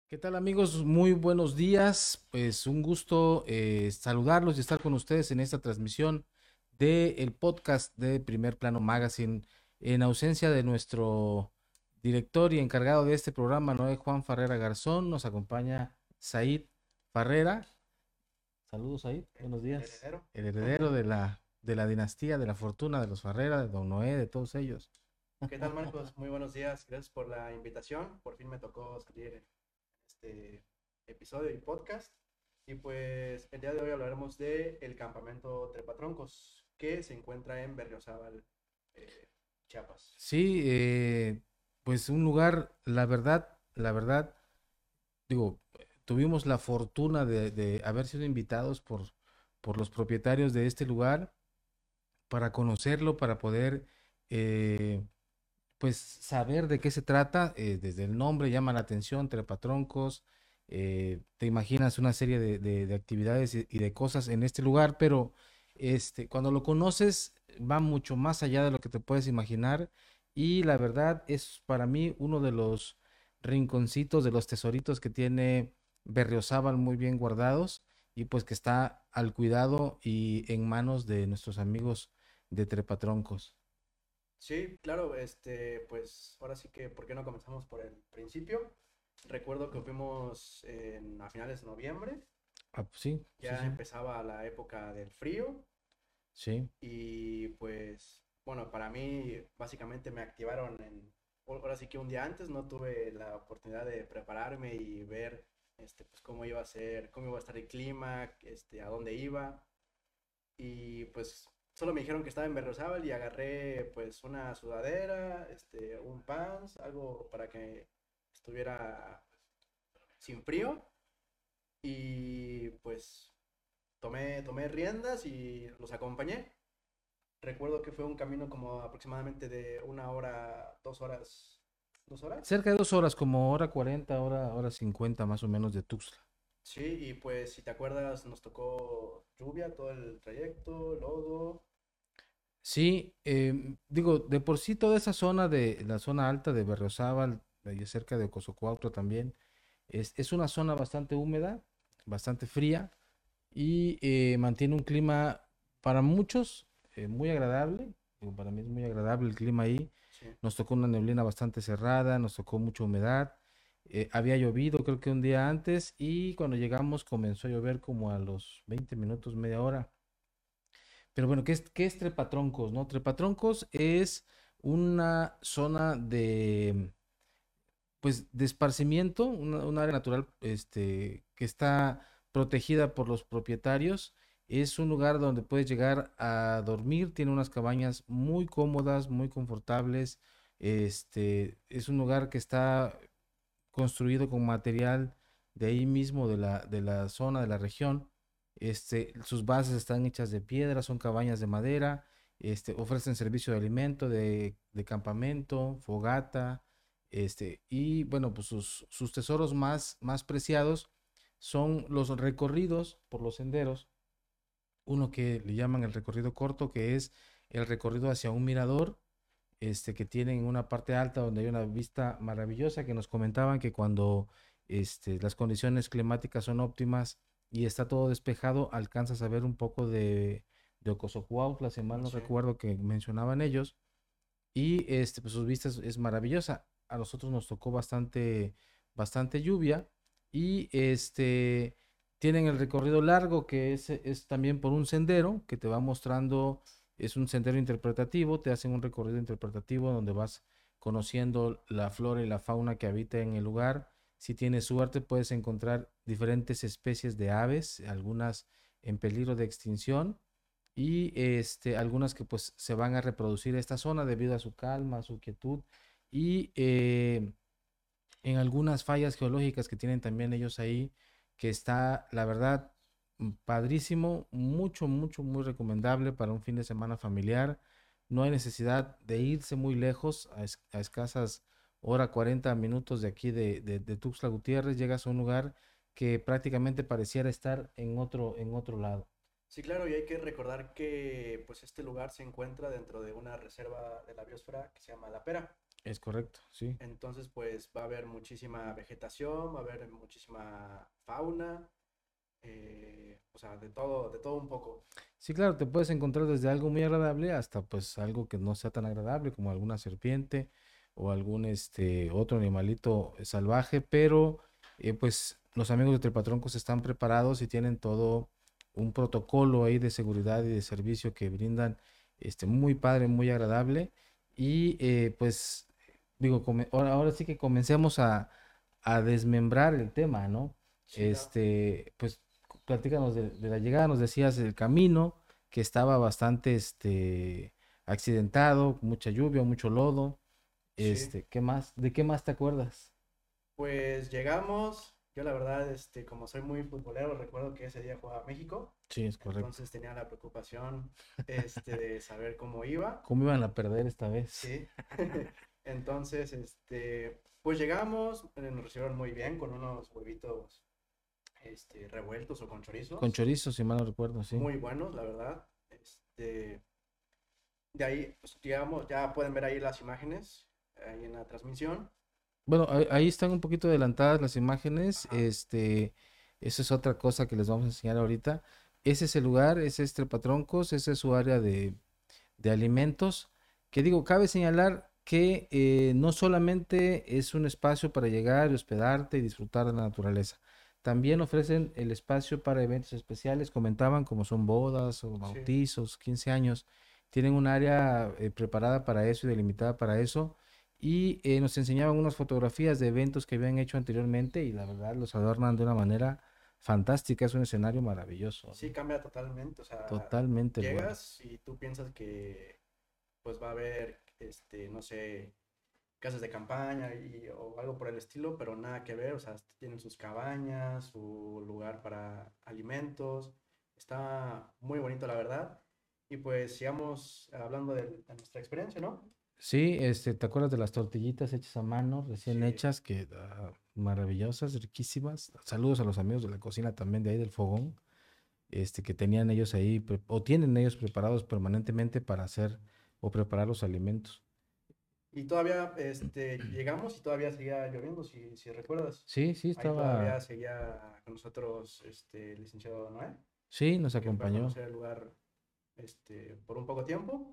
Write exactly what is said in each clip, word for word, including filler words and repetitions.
¿Qué tal amigos? Muy buenos días. Pues un gusto eh, saludarlos y estar con ustedes en esta transmisión del podcast de Primer Plano Magazine. En ausencia de nuestro director y encargado de este programa, Noé Juan Farrera Garzón, nos acompaña Said Farrera. Saludos, Said. El, Buenos el días. heredero. El heredero de la, de la dinastía, de la fortuna de los Farrera, de Don Noé, de todos ellos. ¿Qué tal, Marcos? Muy buenos días. Gracias por la invitación. Por fin me tocó salir en este episodio y podcast. Y pues el día de hoy hablaremos de el campamento Trepatroncos, que se encuentra en Berriozábal, eh, Chiapas. Sí, eh, pues un lugar, la verdad, la verdad, digo, tuvimos la fortuna de, de haber sido invitados por, por los propietarios de este lugar para conocerlo, para poder, eh, pues, saber de qué se trata. Eh, desde el nombre llama la atención, trepatroncos. Eh, te imaginas una serie de, de- de actividades y, y de cosas en este lugar, pero este, cuando lo conoces va mucho más allá de lo que te puedes imaginar y la verdad es para mí uno de los rinconcitos, de los tesoritos que tiene Berriozábal muy bien guardados y pues que está al cuidado y en manos de nuestros amigos de Trepatroncos. Sí, claro, este, pues ahora sí que, ¿por qué no comenzamos por el principio? Recuerdo que fuimos en- a finales de noviembre, Ah, pues sí, sí, ya sí, empezaba la época del frío. sí. Y pues, bueno, para mí básicamente me activaron en, ahora sí que un día antes no tuve la oportunidad de prepararme y ver este, pues cómo iba a ser, cómo iba a estar el clima, este, a dónde iba. Y pues solo me dijeron que estaba en Berriozábal y agarré pues una sudadera, este, un pants, algo para que estuviera sin frío. Y pues tomé, tomé riendas y los acompañé. Recuerdo que fue un camino como aproximadamente de una hora, dos horas, dos horas. Cerca de dos horas, como hora cuarenta, hora, hora cincuenta más o menos de Tuxtla. Sí, y pues si te acuerdas, nos tocó lluvia todo el trayecto, lodo. Sí, em, digo, de por sí toda esa zona de la zona alta de Berriozábal, ahí cerca de Cozocuautla también, es, es una zona bastante húmeda, bastante fría y eh, mantiene un clima para muchos eh, muy agradable. Digo, para mí es muy agradable el clima ahí. Sí, Nos tocó una neblina bastante cerrada, nos tocó mucha humedad. Eh, había llovido creo que un día antes y cuando llegamos comenzó a llover como a los veinte minutos, media hora. Pero bueno, ¿qué es, qué es Trepatroncos, no? Trepatroncos es una zona de, pues, de esparcimiento, una, un área natural, este, que está protegida por los propietarios. Es un lugar donde puedes llegar a dormir, tiene unas cabañas muy cómodas, muy confortables. Este, es un lugar que está construido con material de ahí mismo, de la, de la zona, de la región. Este, sus bases están hechas de piedra, son cabañas de madera, este, ofrecen servicio de alimento, de, de campamento, fogata, este, y bueno, pues sus, sus tesoros más, más preciados son los recorridos por los senderos, uno que le llaman el recorrido corto, que es el recorrido hacia un mirador, este, que tienen una parte alta donde hay una vista maravillosa, que nos comentaban que cuando este, las condiciones climáticas son óptimas y está todo despejado, alcanzas a ver un poco de, de Ocosocuautla, si mal no sí. recuerdo que mencionaban ellos, y este, pues sus vistas es maravillosa. A nosotros nos tocó bastante, bastante lluvia y este, tienen el recorrido largo que es, es también por un sendero que te va mostrando, es un sendero interpretativo, te hacen un recorrido interpretativo donde vas conociendo la flora y la fauna que habita en el lugar. Si tienes suerte, puedes encontrar diferentes especies de aves, algunas en peligro de extinción y este, algunas que pues se van a reproducir esta zona debido a su calma, a su quietud y eh, en algunas fallas geológicas que tienen también ellos ahí, que está, la verdad, mm, padrísimo, mucho, mucho, muy recomendable para un fin de semana familiar. No hay necesidad de irse muy lejos, a, es- a escasas hora cuarenta minutos de aquí de, de, de Tuxtla Gutiérrez, llegas a un lugar que prácticamente pareciera estar en otro, en otro lado. Sí, claro, y hay que recordar que pues este lugar se encuentra dentro de una reserva de la biosfera que se llama La Pera. Es correcto, sí. Entonces, pues va a haber muchísima vegetación, va a haber muchísima fauna, eh, o sea, de todo, de todo un poco. Sí, claro, te puedes encontrar desde algo muy agradable hasta pues algo que no sea tan agradable como alguna serpiente o algún este otro animalito salvaje, pero eh, pues los amigos de Trepatroncos están preparados y tienen todo un protocolo ahí de seguridad y de servicio que brindan este muy padre, muy agradable y eh, pues digo, come- ahora, ahora sí que comencemos a, a desmembrar el tema, ¿no? Sí, claro. Este, pues platícanos de, de la llegada, nos decías el camino, que estaba bastante este, accidentado, con mucha lluvia, mucho lodo. Sí. Este, ¿qué más? ¿De qué más te acuerdas? Pues llegamos, yo la verdad, este, como soy muy futbolero, recuerdo que ese día jugaba México, Sí, es correcto. entonces tenía la preocupación, este, de saber cómo iba, ¿Cómo iban a perder esta vez? sí. Entonces, este, pues llegamos, eh, nos recibieron muy bien con unos huevitos, este, revueltos o con Con chorizos, chorizo, si mal no recuerdo, sí. muy buenos, la verdad. Este, de ahí, pues, llegamos, ya pueden ver ahí las imágenes, ahí en la transmisión. Bueno, ahí, ahí están un poquito adelantadas las imágenes. Ajá, Este, eso es otra cosa que les vamos a enseñar ahorita. Ese es el lugar, ese es Trepatroncos, ese es su área de, de alimentos, que digo, cabe señalar que eh, no solamente es un espacio para llegar y hospedarte y disfrutar de la naturaleza, también ofrecen el espacio para eventos especiales, comentaban como son bodas o sí. bautizos, quince años, tienen un área eh, preparada para eso y delimitada para eso. Y eh, nos enseñaban unas fotografías de eventos que habían hecho anteriormente y la verdad los adornan de una manera fantástica, es un escenario maravilloso, Sí, ¿no? cambia totalmente. O sea, Totalmente el lugar. llegas y tú piensas que pues va a haber, este, no sé, casas de campaña y, o algo por el estilo, pero nada que ver. O sea, tienen sus cabañas, su lugar para alimentos. Está muy bonito, la verdad. Y pues sigamos hablando de, de nuestra experiencia, ¿no? Sí, este, ¿te acuerdas de las tortillitas hechas a mano, recién Sí, hechas, que ah, maravillosas, riquísimas? Saludos a los amigos de la cocina también de ahí del fogón, este, que tenían ellos ahí, pre- o tienen ellos preparados permanentemente para hacer o preparar los alimentos. y todavía este, llegamos y todavía seguía lloviendo, si, si recuerdas. Sí, sí, Ahí estaba, todavía seguía con nosotros este, el licenciado Noé, sí, nos que fue a acompañó. conocer el lugar este, por un poco tiempo.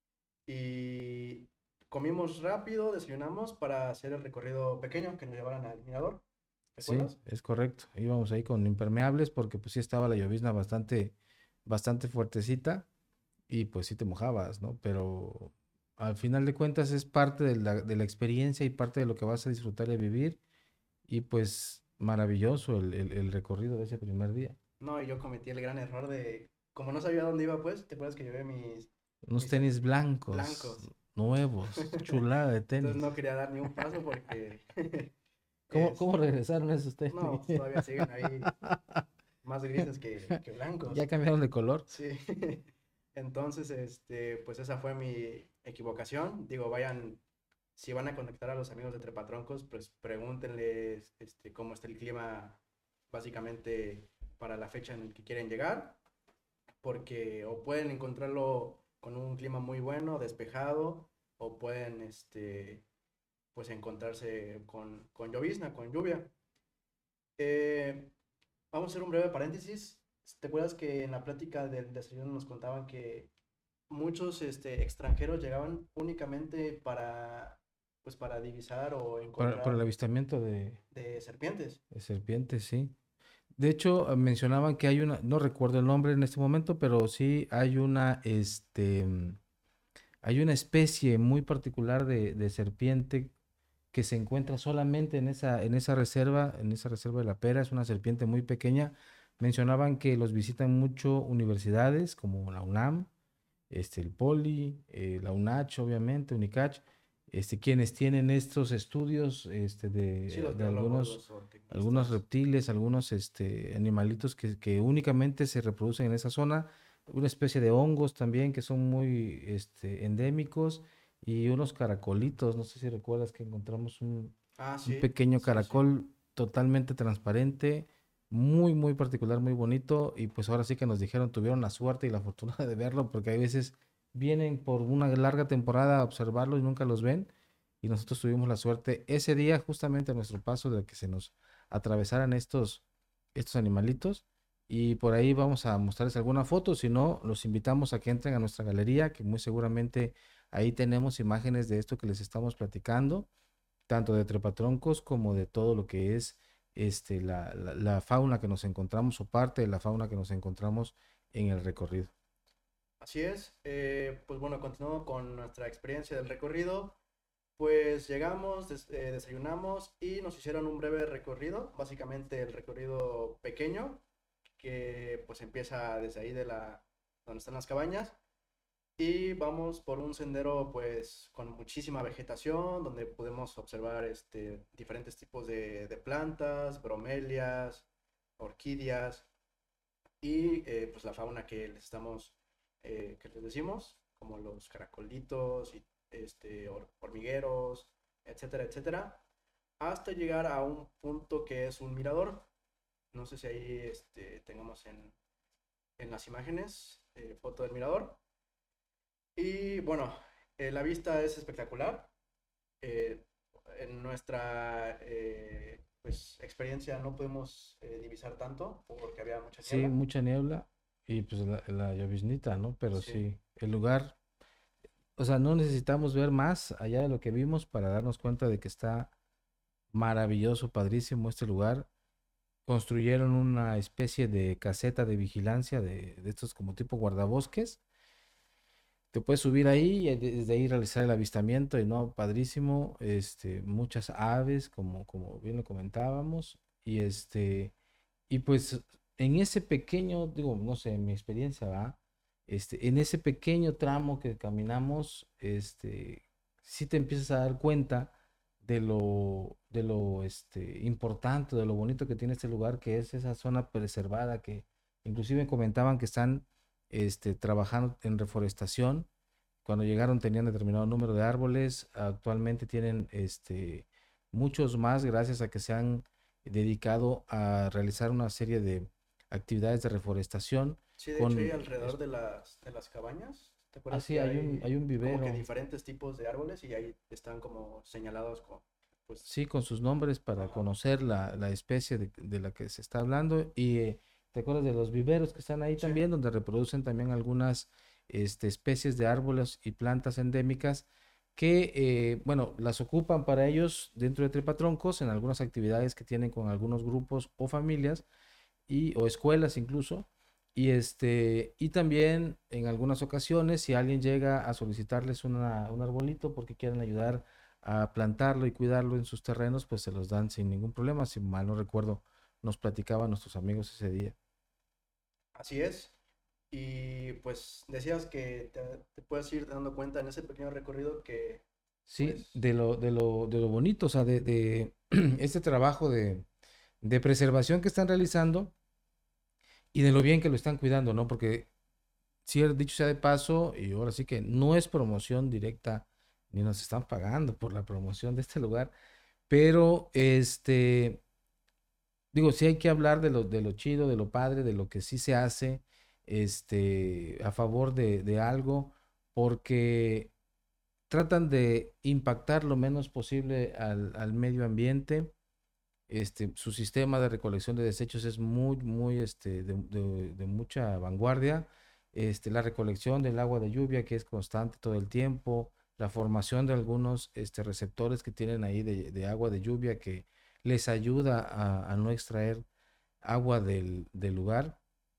Y comimos rápido, desayunamos para hacer el recorrido pequeño que nos llevaran al mirador. Sí, ¿Recuerdas? es correcto. Íbamos ahí con impermeables porque pues sí estaba la llovizna bastante, bastante fuertecita y pues sí te mojabas, ¿no? Pero al final de cuentas es parte de la, de la experiencia y parte de lo que vas a disfrutar y vivir y pues maravilloso el, el, el recorrido de ese primer día. No, y yo cometí el gran error de, como no sabía dónde iba, pues, ¿te acuerdas que llevé mis, Unos mis tenis tenis blancos, blancos? nuevos, chulada de Entonces tenis. no quería dar ni un paso porque, ¿Cómo, cómo este, regresaron esos tenis? no, pues, todavía siguen ahí más grises que, que blancos. ¿Ya cambiaron de color? Sí. Entonces, este, pues esa fue mi equivocación. Digo, vayan, si van a contactar a los amigos de Trepatroncos, pues pregúntenles, este, cómo está el clima básicamente para la fecha en la que quieren llegar, porque o pueden encontrarlo con un clima muy bueno, despejado, o pueden, este, pues encontrarse con, con llovizna, con lluvia. Eh, Vamos a hacer un breve paréntesis. ¿Te acuerdas que en la plática del desayuno nos contaban que muchos este, extranjeros llegaban únicamente para, pues, para divisar o Para, para el encontrar avistamiento de, de serpientes? de serpientes, sí. De hecho, eh, mencionaban que hay una, no recuerdo el nombre en este momento, pero sí hay una, este, mm, hay una especie muy particular de, de serpiente que se encuentra solamente en esa, en esa reserva, en esa reserva de la Pera, es una serpiente muy pequeña. Mencionaban que los visitan mucho universidades como la UNAM, este, el Poli, eh, la UNACH, obviamente, UNICACH, este, quienes tienen estos estudios este, Sí, de, los de biólogos, algunos, los algunos zootecnistas. reptiles, algunos este, animalitos que, que únicamente se reproducen en esa zona, una especie de hongos también que son muy este, endémicos y unos caracolitos, no sé si recuerdas que encontramos un, Ah, un sí, pequeño sí, sí. caracol totalmente transparente, muy, muy particular, muy bonito. Y pues ahora sí que nos dijeron, tuvieron la suerte y la fortuna de verlo, porque hay veces vienen por una larga temporada a observarlo y nunca los ven. y nosotros tuvimos la suerte ese día, justamente a nuestro paso, de que se nos atravesaran estos, estos animalitos. Y por ahí vamos a mostrarles alguna foto. Si no, los invitamos a que entren a nuestra galería, que muy seguramente ahí tenemos imágenes de esto que les estamos platicando, tanto de trepatroncos como de todo lo que es este, la, la, la fauna que nos encontramos o parte de la fauna que nos encontramos en el recorrido. Así es. Eh, pues bueno, continuando con nuestra experiencia del recorrido, pues llegamos, des- eh, desayunamos y nos hicieron un breve recorrido, básicamente el recorrido pequeño, que pues empieza desde ahí de la, donde están las cabañas, y vamos por un sendero pues con muchísima vegetación, donde podemos observar este, diferentes tipos de, de plantas, bromelias, orquídeas y eh, pues la fauna que les estamos, eh, que les decimos, como los caracolitos y este, hor- hormigueros, etcétera, etcétera, hasta llegar a un punto que es un mirador. No sé si ahí este, tengamos en, en las imágenes eh, foto del mirador. Y bueno, eh, la vista es espectacular. Eh, en nuestra eh, pues, experiencia no pudimos eh, divisar tanto porque había mucha Sí, niebla. mucha niebla y pues la, la lloviznita, ¿no? Pero Sí, sí, el lugar, o sea, no necesitamos ver más allá de lo que vimos para darnos cuenta de que está maravilloso, padrísimo este lugar. Construyeron una especie de caseta de vigilancia de, de estos como tipo guardabosques. Te puedes subir ahí y desde ahí realizar el avistamiento y no, padrísimo, este, muchas aves, como, como bien lo comentábamos, y este, y pues en ese pequeño, digo, no sé, en mi experiencia va, este, en ese pequeño tramo que caminamos, este, sí te empiezas a dar cuenta de lo, de lo, este, importante, de lo bonito que tiene este lugar, que es esa zona preservada, que inclusive comentaban que están, este, trabajando en reforestación. Cuando llegaron tenían determinado número de árboles, actualmente tienen, este, muchos más gracias a que se han dedicado a realizar una serie de actividades de reforestación sí, de hecho hay con, alrededor es- de las, de las cabañas. ¿Te acuerdas así que hay un, hay hay un como que vivero, diferentes tipos de árboles y ahí están como señalados con, pues, sí, con sus nombres para ajá, conocer la, la especie de, de la que se está hablando. Y eh, te acuerdas de los viveros que están ahí sí, también, donde reproducen también algunas, este, especies de árboles y plantas endémicas que, eh, bueno, las ocupan para ellos dentro de trepatroncos en algunas actividades que tienen con algunos grupos o familias y, o escuelas incluso. Y, este, y también en algunas ocasiones, si alguien llega a solicitarles una- un arbolito porque quieren ayudar a plantarlo y cuidarlo en sus terrenos, pues se los dan sin ningún problema. Si mal no recuerdo, nos platicaban nuestros amigos ese día. así es. Y pues decías que te, te puedes ir dando cuenta en ese pequeño recorrido que Sí, pues de lo, de lo, de lo bonito, o sea, de, de este trabajo de, de preservación que están realizando y de lo bien que lo están cuidando, ¿no? Porque sí, dicho sea de paso, y ahora sí que no es promoción directa, ni nos están pagando por la promoción de este lugar, pero este, digo, sí hay que hablar de lo, de lo chido, de lo padre, de lo que sí se hace, este, a favor de, de algo, porque tratan de impactar lo menos posible al, al medio ambiente. Este, su sistema de recolección de desechos es muy, muy, este, de, de- de mucha vanguardia. Este, la recolección del agua de lluvia, que es constante todo el tiempo, la formación de algunos, este, receptores que tienen ahí de, de agua de lluvia que les ayuda a, a no extraer agua del, del lugar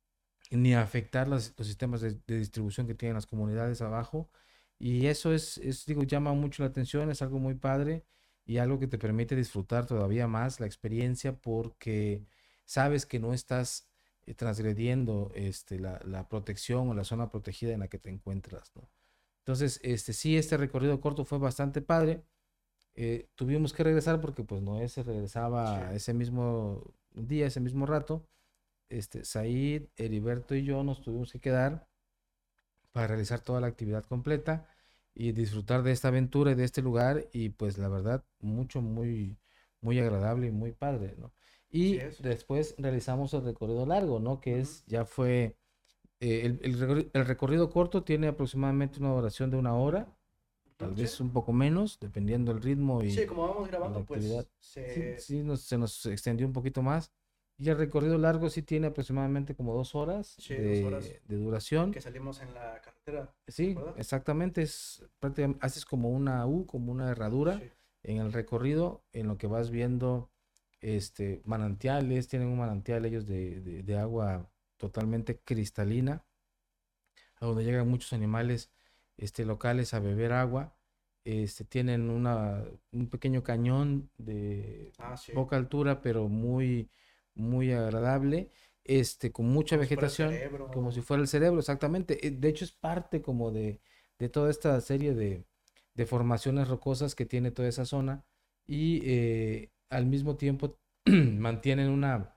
ni afectar las- los sistemas de, de distribución que tienen las comunidades abajo. Y eso es, es, digo, llama mucho la atención, es algo muy padre y algo que te permite disfrutar todavía más la experiencia porque sabes que no estás eh, transgrediendo este, la, la protección o la zona protegida en la que te encuentras, ¿no? Entonces, este, sí, este recorrido corto fue bastante padre. Eh, tuvimos que regresar porque pues Noé se sí, regresaba ese mismo día, ese mismo rato. Este, Said, Heriberto y yo nos tuvimos que quedar para realizar toda la actividad completa y disfrutar de esta aventura y de este lugar y pues la verdad mucho, muy, muy agradable y muy padre, ¿no? así Y es. después realizamos el recorrido largo, ¿no? Que Ujú, es, ya fue, eh, el, el recorri- el recorrido corto tiene aproximadamente una duración de una hora tal Mm, sí. vez un poco menos, dependiendo del ritmo y, Sí, como vamos y la grabando, actividad. pues Sí, se... sí nos- se nos extendió un poquito más. Y el recorrido largo sí tiene aproximadamente como dos horas Sí, dos horas de, de duración. que salimos en la carretera, Sí, ¿recuerdas? exactamente, es prácticamente, haces como una U, como una herradura Sí. en el recorrido, en lo que vas viendo este manantiales, tienen un manantial ellos de, de- de agua totalmente cristalina, a donde llegan muchos animales este, locales a beber agua. Este, tienen una, un pequeño cañón de Ah, sí. poca altura, pero muy, muy agradable, este, con mucha Como si fuera el vegetación, como si cerebro. fuera el cerebro, exactamente. Eh, De hecho, es parte como de, de toda esta serie de, de formaciones rocosas que tiene toda esa zona y eh, al mismo tiempo mantienen una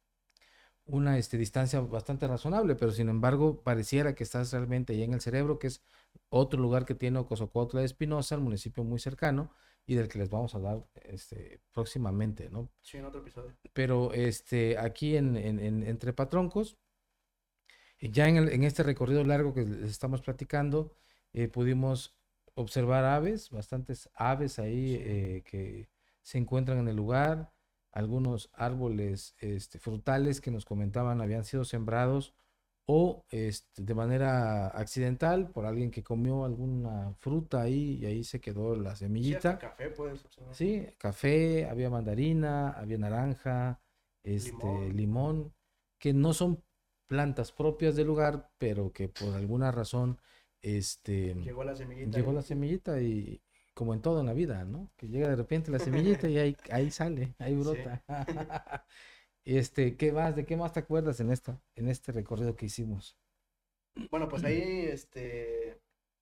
una este, distancia bastante razonable, pero sin embargo pareciera que estás realmente ahí en el cerebro, que es otro lugar que tiene Ocosocotla de Espinosa, el municipio muy cercano, y del que les vamos a hablar este, próximamente, ¿no? Sí, en otro episodio. Pero este, aquí en, en, en- entre Patroncos, eh, ya en, el- en este recorrido largo que les estamos platicando, eh, pudimos observar aves, bastantes aves ahí Sí. eh, que se encuentran en el lugar, algunos árboles este, frutales que nos comentaban habían sido sembrados o este, de manera accidental por alguien que comió alguna fruta ahí y ahí se quedó la Sí, hasta semillita. café puedes observar. Sí, café, había mandarina, había naranja, este, Limón. limón, que no son plantas propias del lugar, pero que por alguna razón, este, Llegó la semillita llegó la y... semillita y como en todo en la vida, ¿no? Que llega de repente la semillita y ahí, ahí sale, ahí Sí. brota. Este, ¿qué más? ¿De qué más te acuerdas en esto, en este recorrido que hicimos? Bueno, pues ahí, este,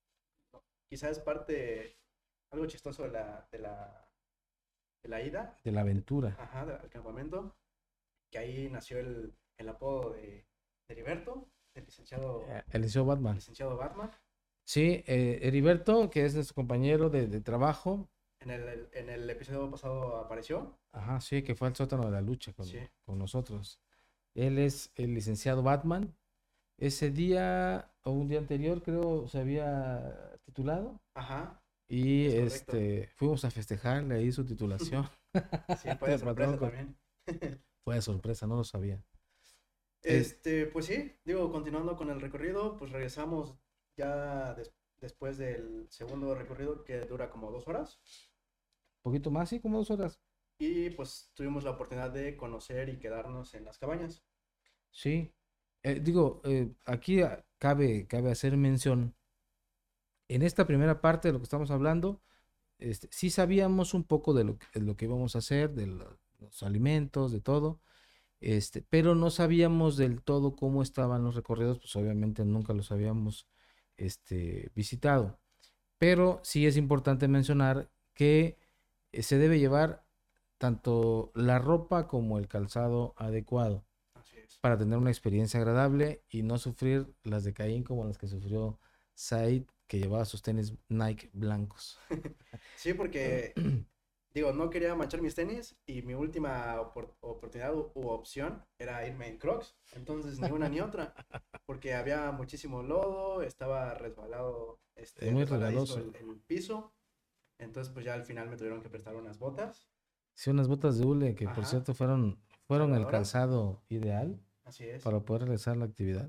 quizás es parte, algo chistoso de la, de la, de la ida, De la aventura. ajá, del campamento, que ahí nació el, el apodo de, de Heriberto, el licenciado, Eh, El Liceo el Batman. licenciado Batman. Sí, eh, Heriberto, que es nuestro compañero de, de trabajo. En el, en el episodio pasado apareció, Ajá, sí, que fue al sótano de la lucha sí, con, con nosotros. Él es el licenciado Batman. Ese día o un día anterior, creo, se había titulado ajá, y es correcto. este fuimos a festejarle ahí su titulación Sí, fue de de sorpresa patrón. también. Fue de sorpresa, no lo sabía. Es, Este, pues sí, digo, continuando con el recorrido, pues regresamos ya des- después del segundo recorrido que dura como dos horas. poquito más, sí, como dos horas. Y pues tuvimos la oportunidad de conocer y quedarnos en las cabañas. Sí. Eh, digo, eh, aquí ah, cabe, cabe hacer mención. En esta primera parte de lo que estamos hablando, este, sí sabíamos un poco de lo, que- de lo que íbamos a hacer, de lo- los alimentos, de todo, este, pero no sabíamos del todo cómo estaban los recorridos, pues obviamente nunca los habíamos este, visitado. Pero sí es importante mencionar que eh, se debe llevar tanto la ropa como el calzado adecuado Así es. para tener una experiencia agradable y no sufrir las de Caín como las que sufrió Said, que llevaba sus tenis Nike blancos. Sí, porque, digo, no quería manchar mis tenis y mi última opor- oportunidad u, u opción era irme en Crocs. Entonces, ni una ni otra, porque había muchísimo lodo, estaba resbalado, Es este, muy resbaladizo resbaloso. el, el piso. Entonces, pues ya al final me tuvieron que prestar unas botas. Sí, unas botas de hule que por Ajá, cierto fueron, fueron el salvadoras. calzado ideal Así es. para poder realizar la actividad.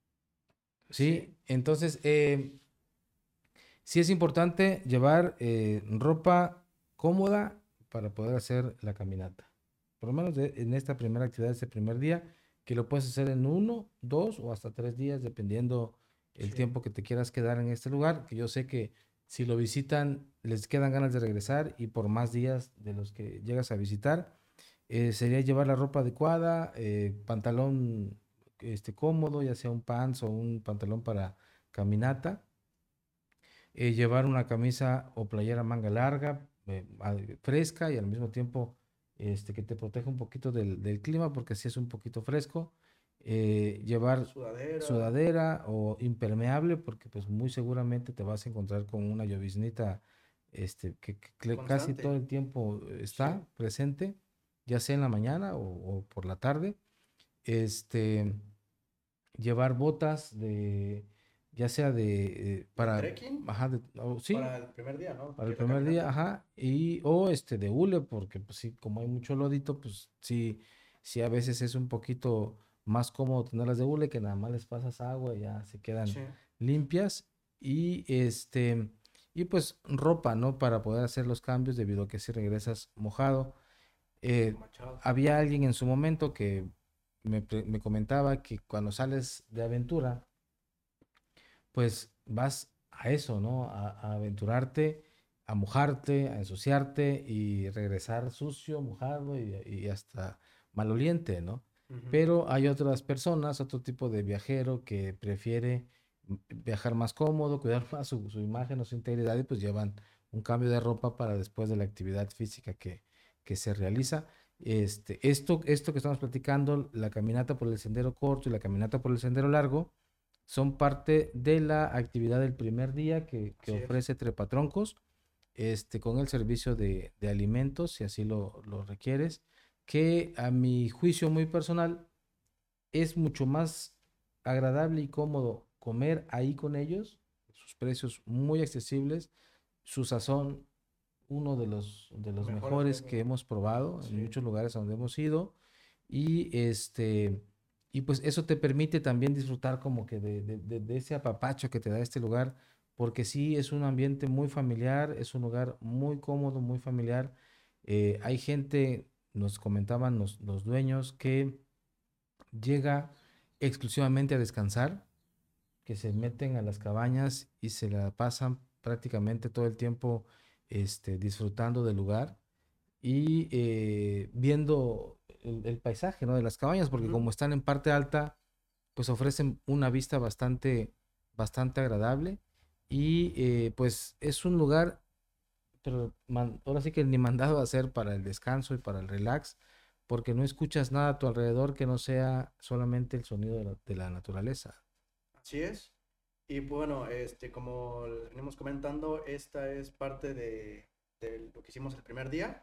Sí, Sí, entonces eh, sí es importante llevar eh, ropa cómoda para poder hacer la caminata. Por lo menos de- en esta primera actividad, este primer día, que lo puedes hacer en uno, dos o hasta tres días, dependiendo el sí. tiempo que te quieras quedar en este lugar, que yo sé que si lo visitan les quedan ganas de regresar y por más días de los que llegas a visitar, eh, sería llevar la ropa adecuada, eh, pantalón este, cómodo, ya sea un pants o un pantalón para caminata, eh, llevar una camisa o playera manga larga, eh, a- fresca y al mismo tiempo este, que te proteja un poquito del, del clima porque si es un poquito fresco. Eh, llevar Sudadera, sudadera o impermeable porque pues muy seguramente te vas a encontrar con una lloviznita este, que, que cle- casi todo constante. el tiempo Sí, está presente, ya sea en la mañana o, o por la tarde. Este, llevar botas de, ya sea de, eh, De para, trekking ajá, de- o sí, para el primer día, ¿no? para Que el es la primer día, caminata. ajá, y, o este de hule, porque pues sí, como hay mucho lodito, pues sí, sí a veces es un poquito más cómodo tenerlas de hule, que nada más les pasas agua y ya se quedan Sí, limpias, y este, y pues ropa, ¿no? Para poder hacer los cambios, debido a que si regresas mojado. Eh, machado. Había alguien en su momento que me, pre- me comentaba que cuando sales de aventura, pues vas a eso, ¿no? A, a aventurarte, a mojarte, a ensuciarte y regresar sucio, mojado y, y hasta maloliente, ¿no? Ujú. Pero hay otras personas, otro tipo de viajero que prefiere m- viajar más cómodo, cuidar más su, su imagen o su integridad y pues llevan un cambio de ropa para después de la actividad física que, que se realiza. Este, esto, esto que estamos platicando, la caminata por el sendero corto y la caminata por el sendero largo, son parte de la actividad del primer día que, que Así es. ofrece Trepatroncos, este, con el servicio de, de alimentos, si así lo, lo requieres, que a mi juicio muy personal es mucho más agradable y cómodo comer ahí con ellos, sus precios muy accesibles, su sazón, uno de los, de los Mejores mejores luego, que ¿no? hemos probado en Sí, muchos lugares a donde hemos ido. Y este, y pues eso te permite también disfrutar como que de, de, de- de ese apapacho que te da este lugar, porque sí es un ambiente muy familiar, es un lugar muy cómodo, muy familiar. Eh, hay gente, nos comentaban los, los dueños, que llega exclusivamente a descansar, que se meten a las cabañas y se la pasan prácticamente todo el tiempo este, disfrutando del lugar y eh, viendo el, el paisaje, ¿no? De las cabañas, porque ujú. como están en parte alta, pues ofrecen una vista bastante, bastante agradable y eh, pues es un lugar, pero man- ahora sí que ni mandado a hacer para el descanso y para el relax, porque no escuchas nada a tu alrededor que no sea solamente el sonido de la, de la naturaleza. Así es. Y bueno, este, como les venimos comentando, esta es parte de, de lo que hicimos el primer día.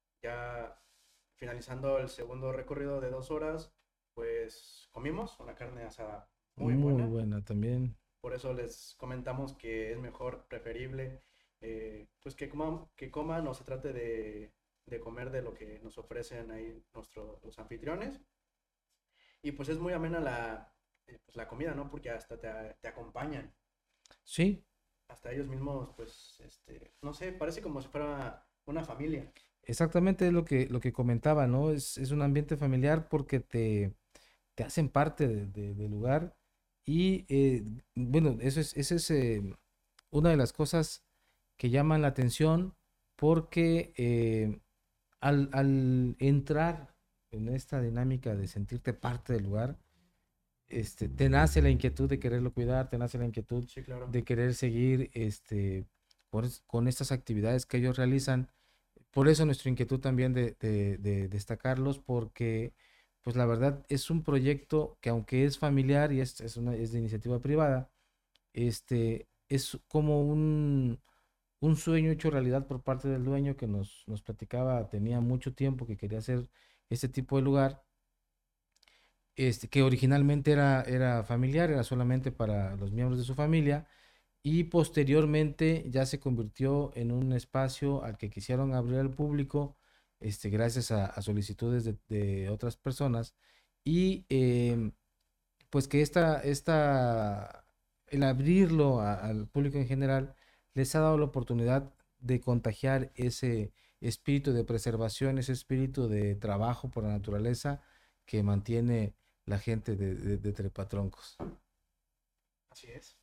Ya finalizando el segundo recorrido de dos horas, pues comimos una carne asada muy Muy buena. buena también. Por eso les comentamos que es mejor, preferible, eh, pues que coman, que coman o se trate de, de comer de lo que nos ofrecen ahí nuestros los anfitriones. Y pues es muy amena la, eh, pues, la comida, ¿no? Porque hasta te, te acompañan. Sí, Hasta ellos mismos, pues, este, no sé, parece como si fuera una familia. exactamente es lo que, lo que comentaba, ¿no? Es, es un ambiente familiar porque te, te hacen parte de- de- del lugar y eh, bueno, eso es, esa es eh, una de las cosas que llaman la atención porque eh, al, al entrar en esta dinámica de sentirte parte del lugar, este, te nace la inquietud de quererlo cuidar, te nace la inquietud Sí, claro. de querer seguir este, por es- con estas actividades que ellos realizan. Por eso nuestra inquietud también de, de- de destacarlos, porque pues la verdad es un proyecto que, aunque es familiar y es, es una, es de iniciativa privada, este, es como un, un sueño hecho realidad por parte del dueño, que nos, nos platicaba, tenía mucho tiempo que quería hacer este tipo de lugar, este, que originalmente era, era familiar, era solamente para los miembros de su familia, y posteriormente ya se convirtió en un espacio al que quisieron abrir al público, este, gracias a, a solicitudes de, de otras personas, y em, pues que esta, esta, el abrirlo a- al público en general les ha dado la oportunidad de contagiar ese espíritu de preservación, ese espíritu de trabajo por la naturaleza que mantiene la gente de, de, de Trepatroncos. Así es.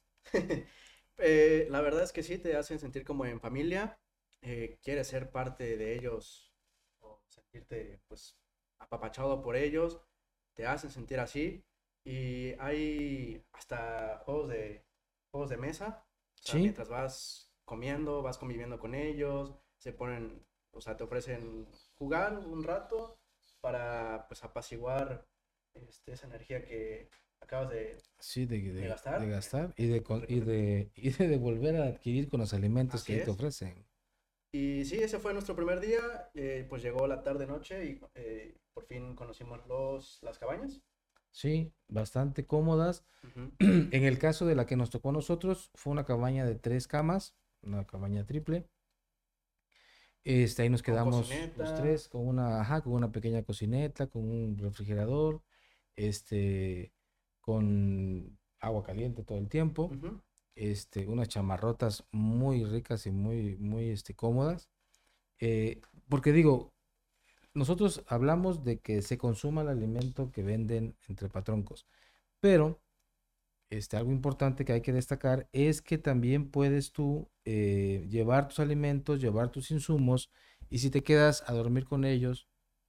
Eh, la verdad es que sí, te hacen sentir como en familia. Eh, quieres ser parte de ellos o sentirte pues apapachado por ellos. Te hacen sentir así. Y hay hasta juegos de, juegos de mesa. O sea, Sí, mientras vas comiendo, vas conviviendo con ellos, se ponen, o sea, te ofrecen jugar un rato para pues apaciguar este, esa energía que acabas de, sí, de, de de, de gastar gastar y en de, el con- y recorrido. de, y de volver a adquirir con los alimentos que Así ahí te es. ofrecen. Y sí, ese fue nuestro primer día. Eh, pues llegó la tarde-noche y eh, por fin conocimos los, las cabañas. sí, bastante cómodas. Ujú. En el caso de la que nos tocó a nosotros, fue una cabaña de tres camas, una cabaña triple. Este, ahí nos Con quedamos los cocineta. tres con una, ajá, con una pequeña cocineta, con un refrigerador, este, con agua caliente todo el tiempo, Ujú. este, unas chamarrotas muy ricas y muy, muy, este, cómodas. Eh, porque digo, nosotros hablamos de que se consuma el alimento que venden entre patroncos, pero este, algo importante que hay que destacar es que también puedes tú eh, llevar tus alimentos, llevar tus insumos, y si te quedas a dormir con ellos,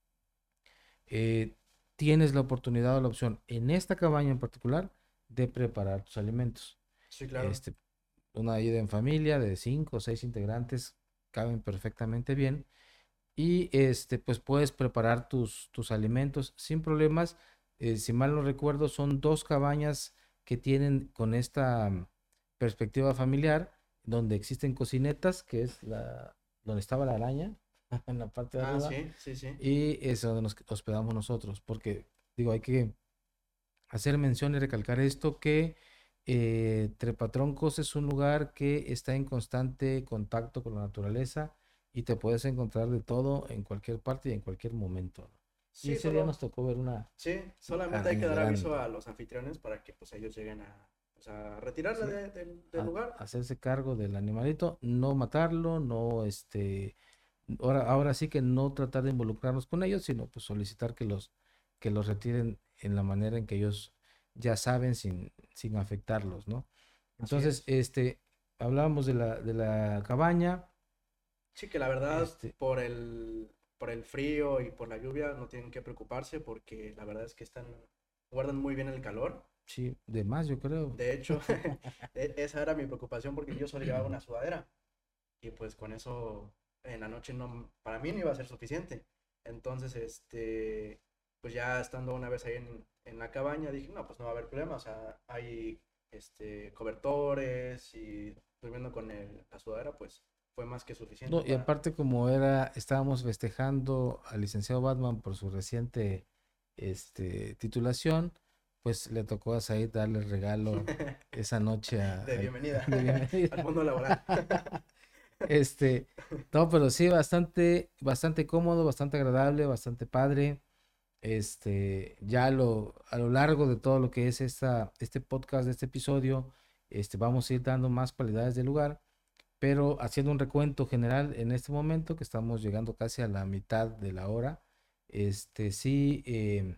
eh, tienes la oportunidad o la opción en esta cabaña en particular de preparar tus alimentos. Sí, claro. Este, una ida en familia de cinco o seis integrantes caben perfectamente bien, y este, pues puedes preparar tus, tus alimentos sin problemas. Eh, si mal no recuerdo, son dos cabañas que tienen con esta mm, perspectiva familiar, donde existen cocinetas, que es la donde estaba la araña en la parte de Ah, arriba, sí, sí, sí. y es donde nos hospedamos nosotros, porque digo, hay que hacer mención y recalcar esto que eh, Trepatroncos es un lugar que está en constante contacto con la naturaleza y te puedes encontrar de todo en cualquier parte y en cualquier momento, ¿no? Y Sí, ese día solo, nos tocó ver una sí, solamente hay que araña dar aviso grande, a los anfitriones para que pues ellos lleguen a, pues, a retirarla ¿sí? de- del del A, lugar. hacerse cargo del animalito, no matarlo, no este, ahora, ahora sí que no tratar de involucrarnos con ellos, sino pues solicitar que los, que los retiren en la manera en que ellos ya saben sin, sin afectarlos, ¿no? Así Entonces, es. este, hablábamos de la, de la cabaña, Sí, que la verdad, este, por el, por el frío y por la lluvia no tienen que preocuparse porque la verdad es que están, guardan muy bien el calor. sí, de más, yo creo. De hecho, e- esa era mi preocupación porque yo solo llevaba una sudadera y pues con eso en la noche no, para mí no iba a ser suficiente. Entonces, este, pues ya estando una vez ahí en, en la cabaña dije, no, pues no va a haber problema, o sea, hay este, cobertores y durmiendo con el, la sudadera, pues fue más que suficiente No, y para... aparte como era, estábamos festejando al licenciado Batman por su reciente, este, titulación, pues le tocó a Said darle el regalo esa noche a- de al- bienvenida de al bienvenida. mundo laboral. Este, no, pero sí, bastante, bastante cómodo, bastante agradable, bastante padre. Este, ya lo, a lo largo de todo lo que es esta, este podcast, de este episodio, este, vamos a ir dando más cualidades del lugar, pero haciendo un recuento general en este momento, que estamos llegando casi a la mitad de la hora, este, sí, em,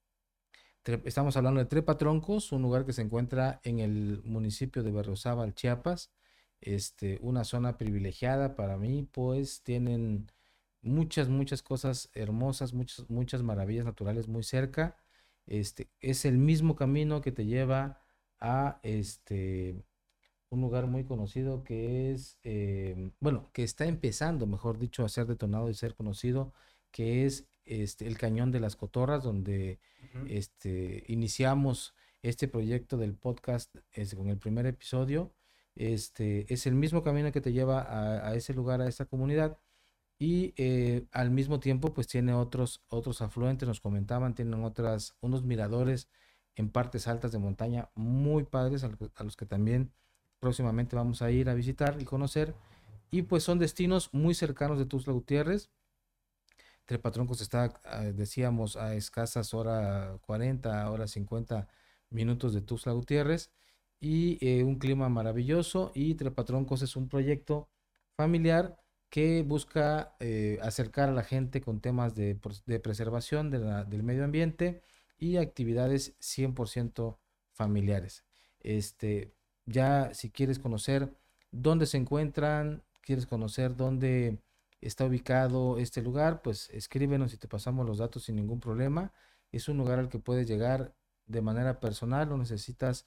tre- estamos hablando de Trepatroncos, un lugar que se encuentra en el municipio de Berriozábal, Chiapas, este, una zona privilegiada para mí, pues tienen muchas, muchas cosas hermosas, muchas, muchas maravillas naturales muy cerca. Este, es el mismo camino que te lleva a este, un lugar muy conocido que es, eh, bueno, que está empezando, mejor dicho, a ser detonado y ser conocido, que es este, el Cañón de las Cotorras, donde Ujú. este, iniciamos este proyecto del podcast este, con el primer episodio. Este, es el mismo camino que te lleva a, a ese lugar, a esa comunidad, y eh, al mismo tiempo pues tiene otros, otros afluentes, nos comentaban, tienen otras, unos miradores en partes altas de montaña muy padres, a, lo que- a los que también próximamente vamos a ir a visitar y conocer, y pues son destinos muy cercanos de Tuxtla Gutiérrez. Trepatroncos está, ah, decíamos, a escasas hora cuarenta, hora cincuenta minutos de Tuxtla Gutiérrez, y eh, un clima maravilloso. Y Trepatroncos es un proyecto familiar que busca eh, acercar a la gente con temas de, pros- de preservación de la- del medio ambiente y actividades cien por ciento familiares. Este, ya si quieres conocer dónde se encuentran, quieres conocer dónde está ubicado este lugar, pues escríbenos y te pasamos los datos sin ningún problema. Es un lugar al que puedes llegar de manera personal, no necesitas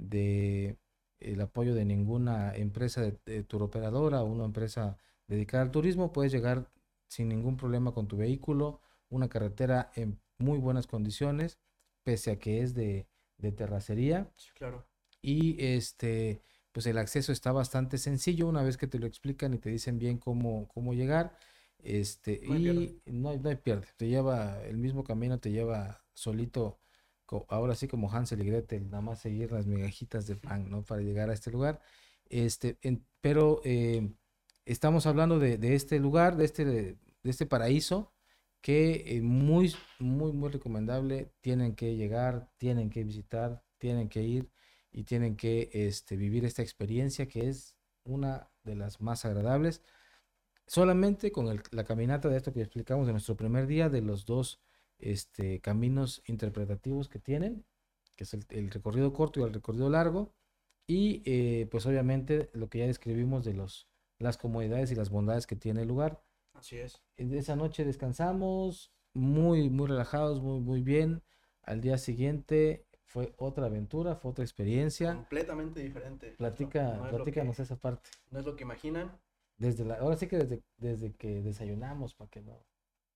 de el apoyo de ninguna empresa de, de turoperadora o una empresa dedicada al turismo. Puedes llegar sin ningún problema con tu vehículo, una carretera en muy buenas condiciones, pese a que es de, de terracería, Sí, claro. y este, pues el acceso está bastante sencillo una vez que te lo explican y te dicen bien cómo, cómo llegar. Este, No hay pierde. y no hay, no hay pierde, te lleva, el mismo camino te lleva solito co- ahora sí como Hansel y Gretel, nada más seguir las migajitas de pan, ¿no? Para llegar a este lugar. Este, en- pero eh, estamos hablando de, de este lugar, de este, de este paraíso, que eh, muy, muy, muy recomendable. Tienen que llegar, tienen que visitar, tienen que ir y tienen que este, vivir esta experiencia que es una de las más agradables. Solamente con el- la caminata de esto que explicamos de nuestro primer día, de los dos este, caminos interpretativos que tienen, que es el, el recorrido corto y el recorrido largo, y eh, pues obviamente lo que ya describimos de los, las comodidades y las bondades que tiene el lugar. Así es. En esa noche descansamos muy, muy relajados, muy, muy bien. Al día siguiente fue otra aventura, fue otra experiencia. Completamente diferente. No, Platica, no es lo platícanos que, esa parte. no es lo que imaginan. Desde la, ahora sí que desde, desde que desayunamos, para que no.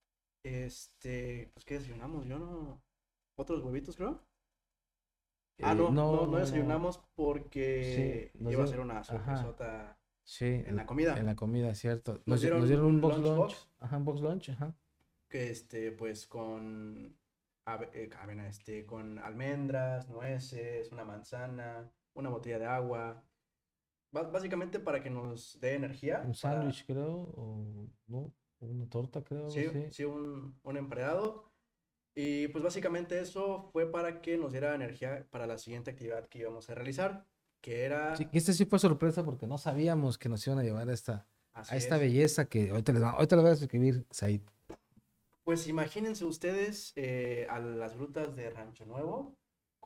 Este, pues, ¿qué desayunamos? Yo no. ¿Otros huevitos, creo? Ah, Eh, no, no, no, no no, no. desayunamos Sí, porque nos iba a ser dieron, una ajá, sorpresota sí, en l- la en comida. la comida, cierto. Nos Nos, di- nos dieron dieron un un box lunch, lunchbox ajá, un box lunch, ajá. que, este, pues, con, ave- eh, avena, este, con almendras, nueces, una manzana, una botella de agua. Ba- Básicamente para que nos dé Un energía, para, sándwich, creo, o no, o una torta, creo, algo sí, así. sí, un, un emparedado. Y pues básicamente eso fue para que nos diera energía para la siguiente actividad que íbamos a realizar, que Sí, era, que este sí fue sorpresa porque no sabíamos que nos iban a llevar a esta, a así esta es, belleza que ahorita les, va- ahorita les voy a escribir, Said. pues imagínense ustedes eh, a las grutas de Rancho Nuevo,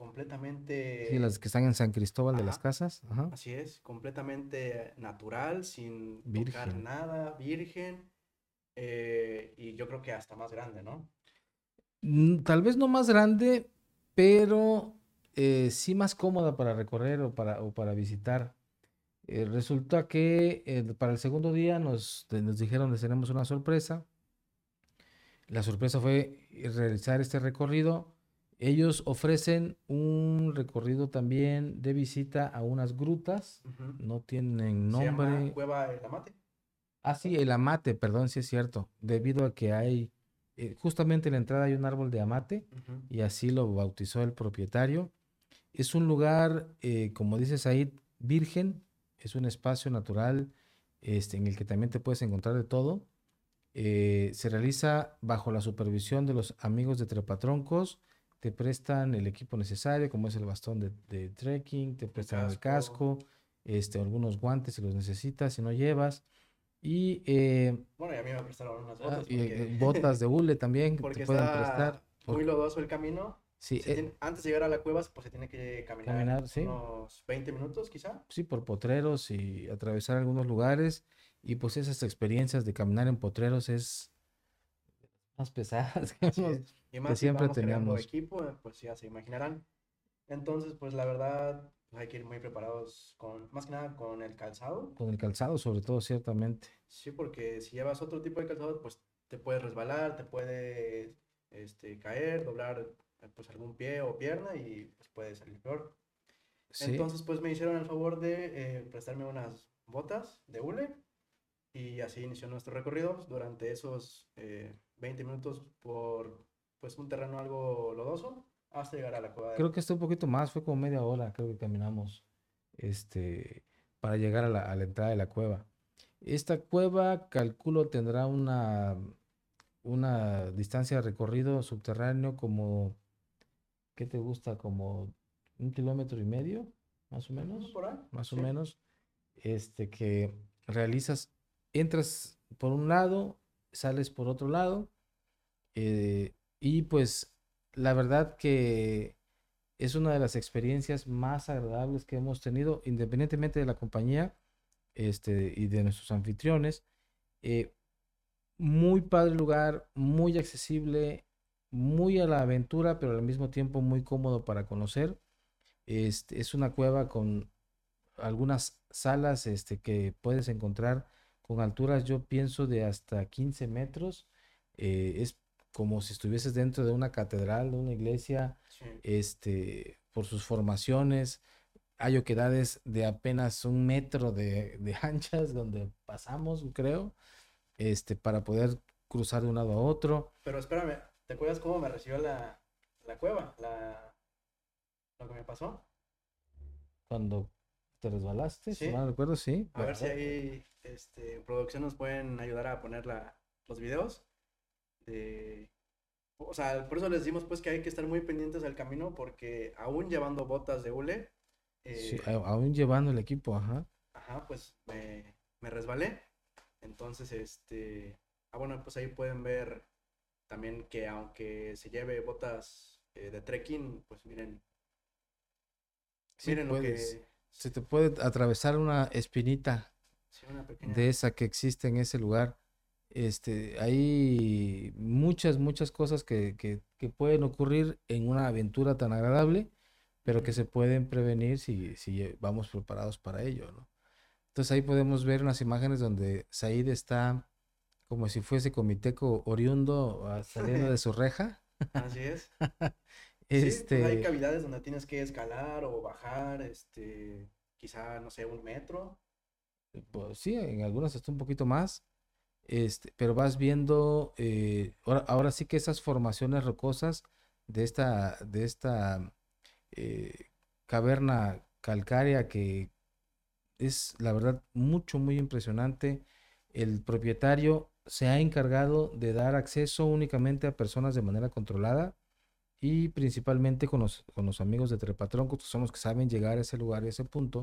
Sí, las completamente, que están en San Cristóbal de las ajá, Casas, ajá, así es, completamente natural, sin tocar virgen. nada, virgen, eh, y yo creo que hasta más grande, ¿no? Mm, Tal vez no más grande, pero eh, sí más cómoda para recorrer o para, o para visitar. Eh, resulta que eh, para el segundo día nos, te- nos dijeron que tenemos una sorpresa. La sorpresa fue eh, realizar este recorrido. Ellos ofrecen un recorrido también de visita a unas grutas. Ujú. No tienen Se llama nombre. Cueva El Amate. Ah, sí, el amate, perdón, sí es cierto. Debido a que hay, eh, justamente en la entrada hay un árbol de amate Ujú. y así lo bautizó el propietario. Es un lugar, eh, como dices ahí, virgen. Es un espacio natural este, en el que también te puedes encontrar de todo. Eh, se realiza bajo la supervisión de los amigos de Trepatroncos. Te prestan el equipo necesario, como es el bastón de, de trekking, te El prestan el casco. casco, este, algunos guantes si los necesitas, si no llevas. Y, eh, Bueno, y a mí me prestaron unas ah, botas y, eh, porque, botas de hule también que te porque pueden prestar. está muy Porque, lodoso el camino. sí, Se eh, tiene, antes de llegar a la cueva, pues se tiene que caminar caminar, sí, unos veinte minutos quizá. sí, por potreros y atravesar algunos lugares. Y pues esas experiencias de caminar en potreros es más pesadas que, Así hemos- es. Y que más si siempre vamos cargando teníamos. equipo, eh, pues ya se imaginarán. Entonces, pues la verdad, pues hay que ir muy preparados con, más que nada con el calzado. Con el calzado, sobre todo, ciertamente. Sí, porque si llevas otro tipo de calzado, pues te puedes resbalar, te puedes este, caer, doblar eh, pues algún pie o pierna y pues puede salir peor. Sí, Entonces, pues me hicieron el favor de eh, prestarme unas botas de hule y así inició nuestro recorrido pues, durante esos eh, veinte minutos por pues un terreno algo lodoso hasta llegar a la cueva creo del... que está un poquito más, fue como media hora, creo que caminamos, este, para llegar a la, a la entrada de la cueva. Esta cueva, calculo, tendrá una, una distancia de recorrido subterráneo como, ¿qué te gusta? Como un kilómetro y medio, más o Ujú, menos, por ahí, más o sí. menos, este, que realizas, entras por un lado, sales por otro lado, eh, y pues la verdad que es una de las experiencias más agradables que hemos tenido, independientemente de la compañía, este, y de nuestros anfitriones. Eh, Muy padre lugar, muy accesible, muy a la aventura, pero al mismo tiempo muy cómodo para conocer. Este, es una cueva con algunas salas, este, que puedes encontrar con alturas, yo pienso, de hasta quince metros. Eh, es como si estuvieses dentro de una catedral, de una iglesia, Sí. este, por sus formaciones. Hay oquedades de apenas un metro de, de anchas donde pasamos, creo, este, para poder cruzar de un lado a otro. Pero espérame, ¿te acuerdas cómo me recibió la, la cueva? La, lo que me pasó. Cuando te resbalaste, si Sí, mal no recuerdo, sí. a ver si ¿Verdad? ahí este, en producción nos pueden ayudar a poner la, los videos de... O sea, por eso les decimos pues que hay que estar muy pendientes del camino porque aún llevando botas de hule, Sí, a- eh, aún llevando el equipo, ajá. ajá, pues me, me resbalé. Entonces, este... Ah, bueno, pues ahí pueden ver también que aunque se lleve botas eh, de trekking, pues miren, Sí, miren lo puedes. que... Se te puede atravesar una espinita Sí, una de pequeña... esa que existe en ese lugar. Este, hay muchas, muchas cosas que, que, que pueden ocurrir en una aventura tan agradable, pero que Ujú. se pueden prevenir si, si vamos preparados para ello, ¿no? Entonces ahí podemos ver unas imágenes donde Said está como si fuese comiteco oriundo ah, saliendo de su reja. Así es. Sí, pues hay Este, cavidades donde tienes que escalar o bajar, este, quizá, no sé, un metro. pues sí, en algunas está un poquito más, este, pero vas viendo, eh, ahora, ahora sí que esas formaciones rocosas de esta, de esta eh, caverna calcárea que es la verdad mucho, muy impresionante. El propietario se ha encargado de dar acceso únicamente a personas de manera controlada y principalmente con los, con los amigos de Trepatroncos, que son los que saben llegar a ese lugar y a ese punto.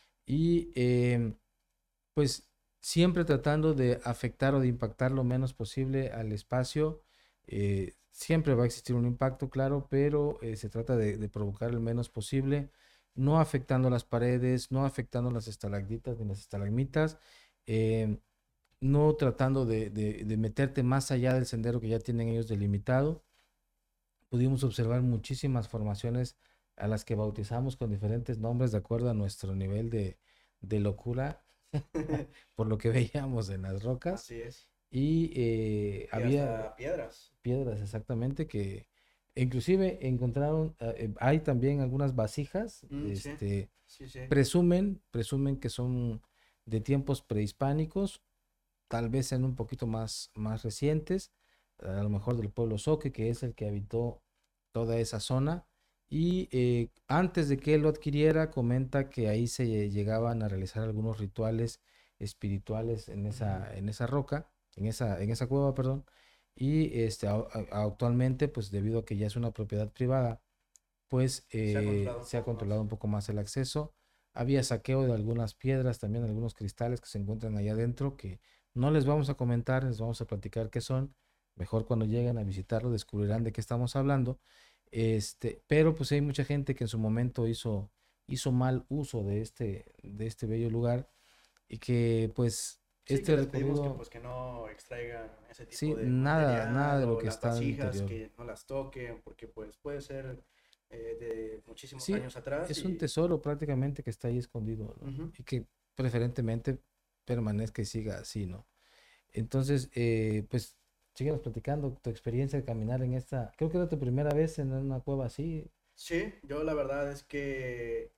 Y em, pues siempre tratando de afectar o de impactar lo menos posible al espacio. eh, siempre va a existir un impacto, claro, pero eh, se trata de, de provocar el menos posible, no afectando las paredes, no afectando las estalactitas ni las estalagmitas, em, no tratando de, de- de meterte más allá del sendero que ya tienen ellos delimitado. Pudimos observar muchísimas formaciones a las que bautizamos con diferentes nombres de acuerdo a nuestro nivel de, de locura por lo que veíamos en las rocas. Así es. Y eh, Y había hasta piedras. piedras exactamente que inclusive encontraron, eh, eh, hay también algunas vasijas, Mm, sí, este, sí, sí. presumen, presumen que son de tiempos prehispánicos, tal vez sean un poquito más, más recientes, a lo mejor del pueblo Zoque, que es el que habitó toda esa zona. Y eh, antes de que él lo adquiriera, comenta que ahí se llegaban a realizar algunos rituales espirituales en Ujú. esa, en esa roca, en esa, en esa cueva, perdón. Y este, a- a- actualmente, pues debido a que ya es una propiedad privada, pues Se ha eh, controlado un se ha poco controlado más. un poco más el acceso. Había saqueo de algunas piedras, también algunos cristales que se encuentran allá adentro, que no les vamos a comentar, les vamos a platicar qué son. Mejor cuando lleguen a visitarlo descubrirán de qué estamos hablando. Este, pero pues hay mucha gente que en su momento hizo, hizo mal uso de este, de este bello lugar y que pues Sí, que este les pedimos que recorrido, pues que no extraigan ese tipo sí, de nada, nada material de lo o que las está al vasijas interior. que no las toquen porque pues puede ser eh, de muchísimos Sí, años atrás es un y tesoro prácticamente que está ahí escondido, ¿no? ujú. Y que preferentemente permanezca y siga así, ¿no? Entonces, eh, pues, síguenos platicando tu experiencia de caminar en esta, creo que era tu primera vez en una cueva así. Sí, yo la verdad es que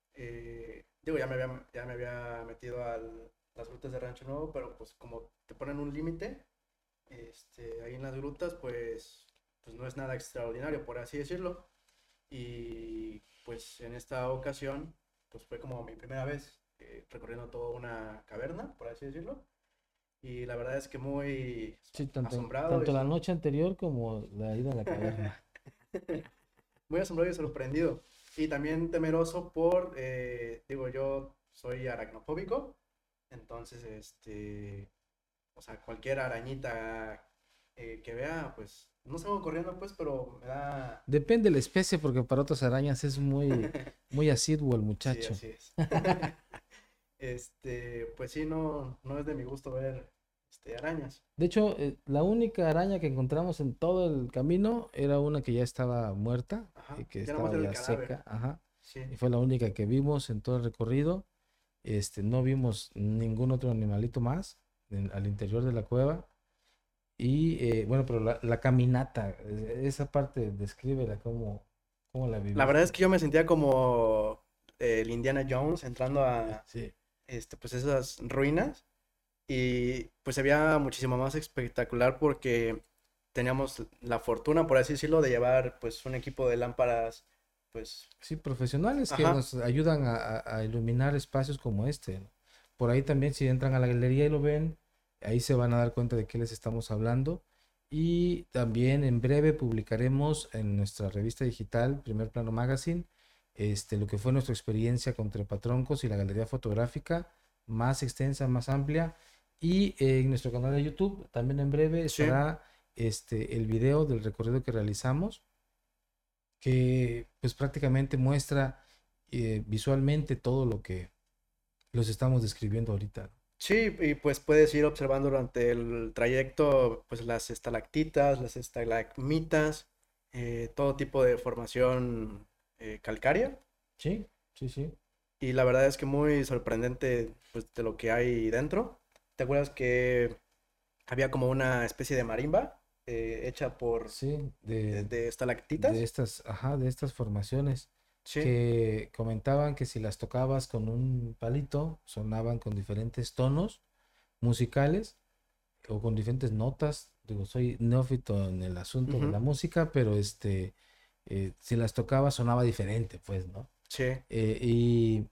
eh, digo, ya me había, ya me había metido a las grutas de Rancho Nuevo, pero pues como te ponen un límite, este, ahí en las grutas, pues, pues no es nada extraordinario, por así decirlo. Y pues en esta ocasión, pues fue como mi primera vez eh, recorriendo toda una caverna, por así decirlo. Y la verdad es que muy Sí, tanto, asombrado y tanto la sor- noche anterior como la ida a la caverna. muy asombrado y sorprendido. Y también temeroso por, eh, digo, yo soy aracnofóbico, entonces, este, o sea, cualquier arañita eh, que vea, pues, no salgo corriendo, pues, pero me da... Depende de la especie, porque para otras arañas es muy, muy asiduo el Sí, muchacho. así es. Este, pues sí, no, no es de mi gusto ver, este, arañas. De hecho, eh, la única araña que encontramos en todo el camino era una que ya estaba muerta, Ajá, y que ya nada más estaba era el ya cadáver. seca, ajá. Sí, Y fue la única que vimos en todo el recorrido. Este, no vimos ningún otro animalito más en- al interior de la cueva. Y eh, bueno, pero la, la caminata, eh, esa parte, descríbela, cómo, cómo la la verdad es viviste. que yo me sentía como eh, el Indiana Jones entrando a, Sí. este, pues esas ruinas y pues se veía muchísimo más espectacular porque teníamos la fortuna, por así decirlo, de llevar pues un equipo de lámparas pues, Sí, profesionales que ajá, nos ayudan a, a- a iluminar espacios como este, ¿no? Por ahí también, si entran a la galería y lo ven, ahí se van a dar cuenta de qué les estamos hablando. Y también en breve publicaremos en nuestra revista digital, Primer Plano Magazine, este, lo que fue nuestra experiencia con Trepatroncos y la galería fotográfica, más extensa, más amplia. Y eh, en nuestro canal de YouTube, también en breve sí. estará este, el video del recorrido que realizamos que pues prácticamente muestra eh, visualmente todo lo que los estamos describiendo ahorita. Sí, y pues puedes ir observando durante el trayecto, pues las estalactitas, las estalagmitas, eh, todo tipo de formación eh, calcárea. Sí, sí, sí. Y la verdad es que muy sorprendente, pues, de lo que hay dentro. ¿Te acuerdas que había como una especie de marimba eh, hecha por Sí, de, de, de de estalactitas? estas, ajá, de estas formaciones Sí. que comentaban que si las tocabas con un palito, sonaban con diferentes tonos musicales o con diferentes notas. Digo, soy neófito en el asunto de Ujú. la música, pero este, eh, si las tocaba sonaba diferente, pues, ¿no? Sí. Eh, y,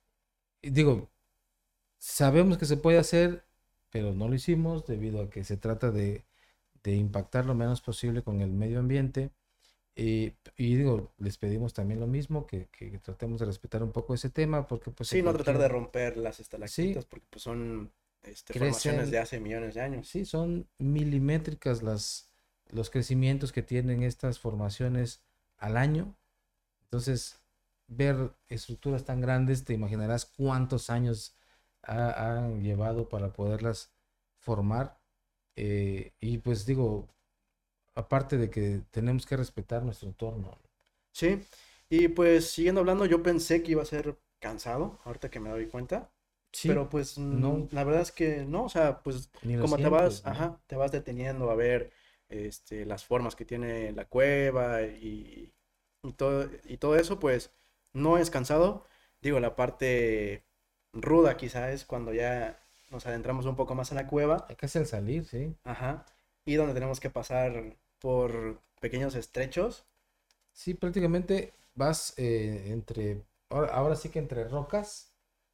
y digo, sabemos que se puede hacer, pero no lo hicimos debido a que se trata de, de impactar lo menos posible con el medio ambiente. Y, y digo, les pedimos también lo mismo, que, que tratemos de respetar un poco ese tema, porque pues en Sí, no tratar de cualquier, romper las sí, estalactitas porque pues son este, formaciones de crecen, hace millones de años. sí, son milimétricas las, los crecimientos que tienen estas formaciones al año. Entonces, ver estructuras tan grandes, te imaginarás cuántos años ha- han llevado para poderlas formar. Eh, y pues digo, aparte de que tenemos que respetar nuestro entorno. Sí, y pues siguiendo hablando, yo pensé que iba a ser cansado, ahorita que me doy cuenta, Sí, pero pues mm, no, la verdad es que no, o sea, pues ni lo como te vas, sientes, ¿no? ajá, te vas deteniendo a ver este, las formas que tiene la cueva y, y todo, y todo eso, pues no es cansado. Digo, la parte ruda quizá es cuando ya nos adentramos un poco más en la cueva, Casi al salir, sí. ajá, y donde tenemos que pasar por pequeños estrechos. Sí, prácticamente vas eh, entre, ahora, ahora sí que entre rocas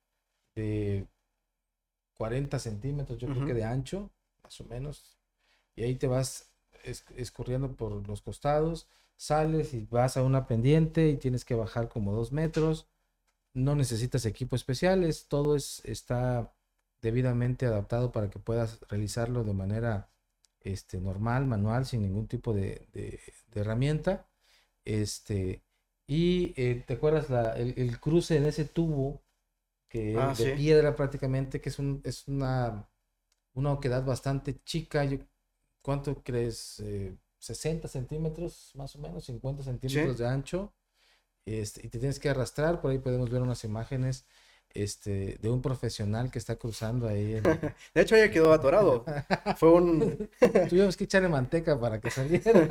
de cuarenta centímetros, yo creo que Ujú. de ancho, más o menos, y ahí te vas es- escurriendo por los costados, sales y vas a una pendiente y tienes que bajar como dos metros. No necesitas equipo especiales, todo es, está debidamente adaptado para que puedas realizarlo de manera este, normal, manual, sin ningún tipo de, de- de herramienta. Este, y eh, ¿te acuerdas la, el, el cruce en ese tubo que Ah, es de sí. piedra prácticamente, que es, un, es una, una oquedad bastante chica? Yo- ¿cuánto crees? Eh, sesenta centímetros, más o menos, cincuenta Sí. centímetros de ancho, este, y te tienes que arrastrar. Por ahí podemos ver unas imágenes este, de un profesional que está cruzando ahí en... De hecho, ya quedó atorado. Fue un... Tuvimos que echarle manteca para que saliera,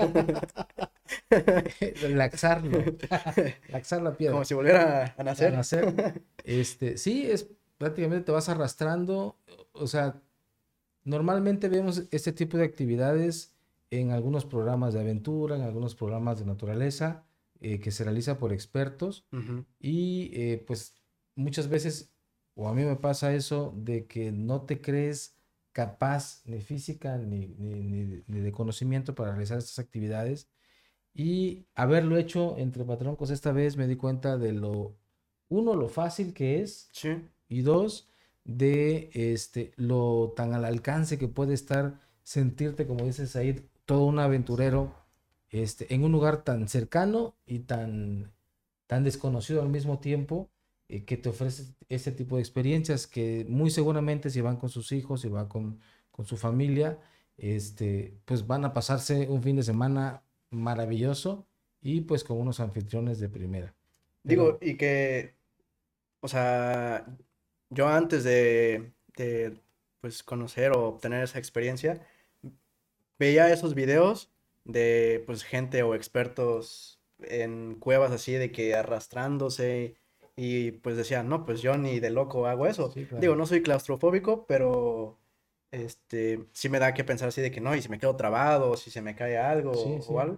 laxarlo, laxar la Como piedra. si volviera a A nacer. nacer. Este, sí, es prácticamente te vas arrastrando. O sea, normalmente vemos este tipo de actividades en algunos programas de aventura, en algunos programas de naturaleza, eh, que se realiza por expertos. Ujú. Y eh, pues muchas veces, o a mí me pasa eso, de que no te crees capaz ni física ni, ni, ni- ni de conocimiento para realizar estas actividades. Y haberlo hecho entre patroncos esta vez me di cuenta de lo, uno, lo fácil que es, Sí. y dos, de este, lo tan al alcance que puede estar sentirte, como dices ahí, todo un aventurero este, en un lugar tan cercano y tan, tan desconocido al mismo tiempo, eh, que te ofrece este tipo de experiencias que muy seguramente si van con sus hijos, si van con, con su familia, este, pues van a pasarse un fin de semana maravilloso y pues con unos anfitriones de primera. Digo, Pero y que, o sea, yo antes de, de, pues, conocer o obtener esa experiencia, veía esos videos de, pues, gente o expertos en cuevas así de que arrastrándose y pues decía, no, pues yo ni de loco hago eso. sí, Digo, claro. no soy claustrofóbico, pero este, sí me da que pensar así de que no, y si me quedo trabado, o si se me cae algo Sí, o sí. algo.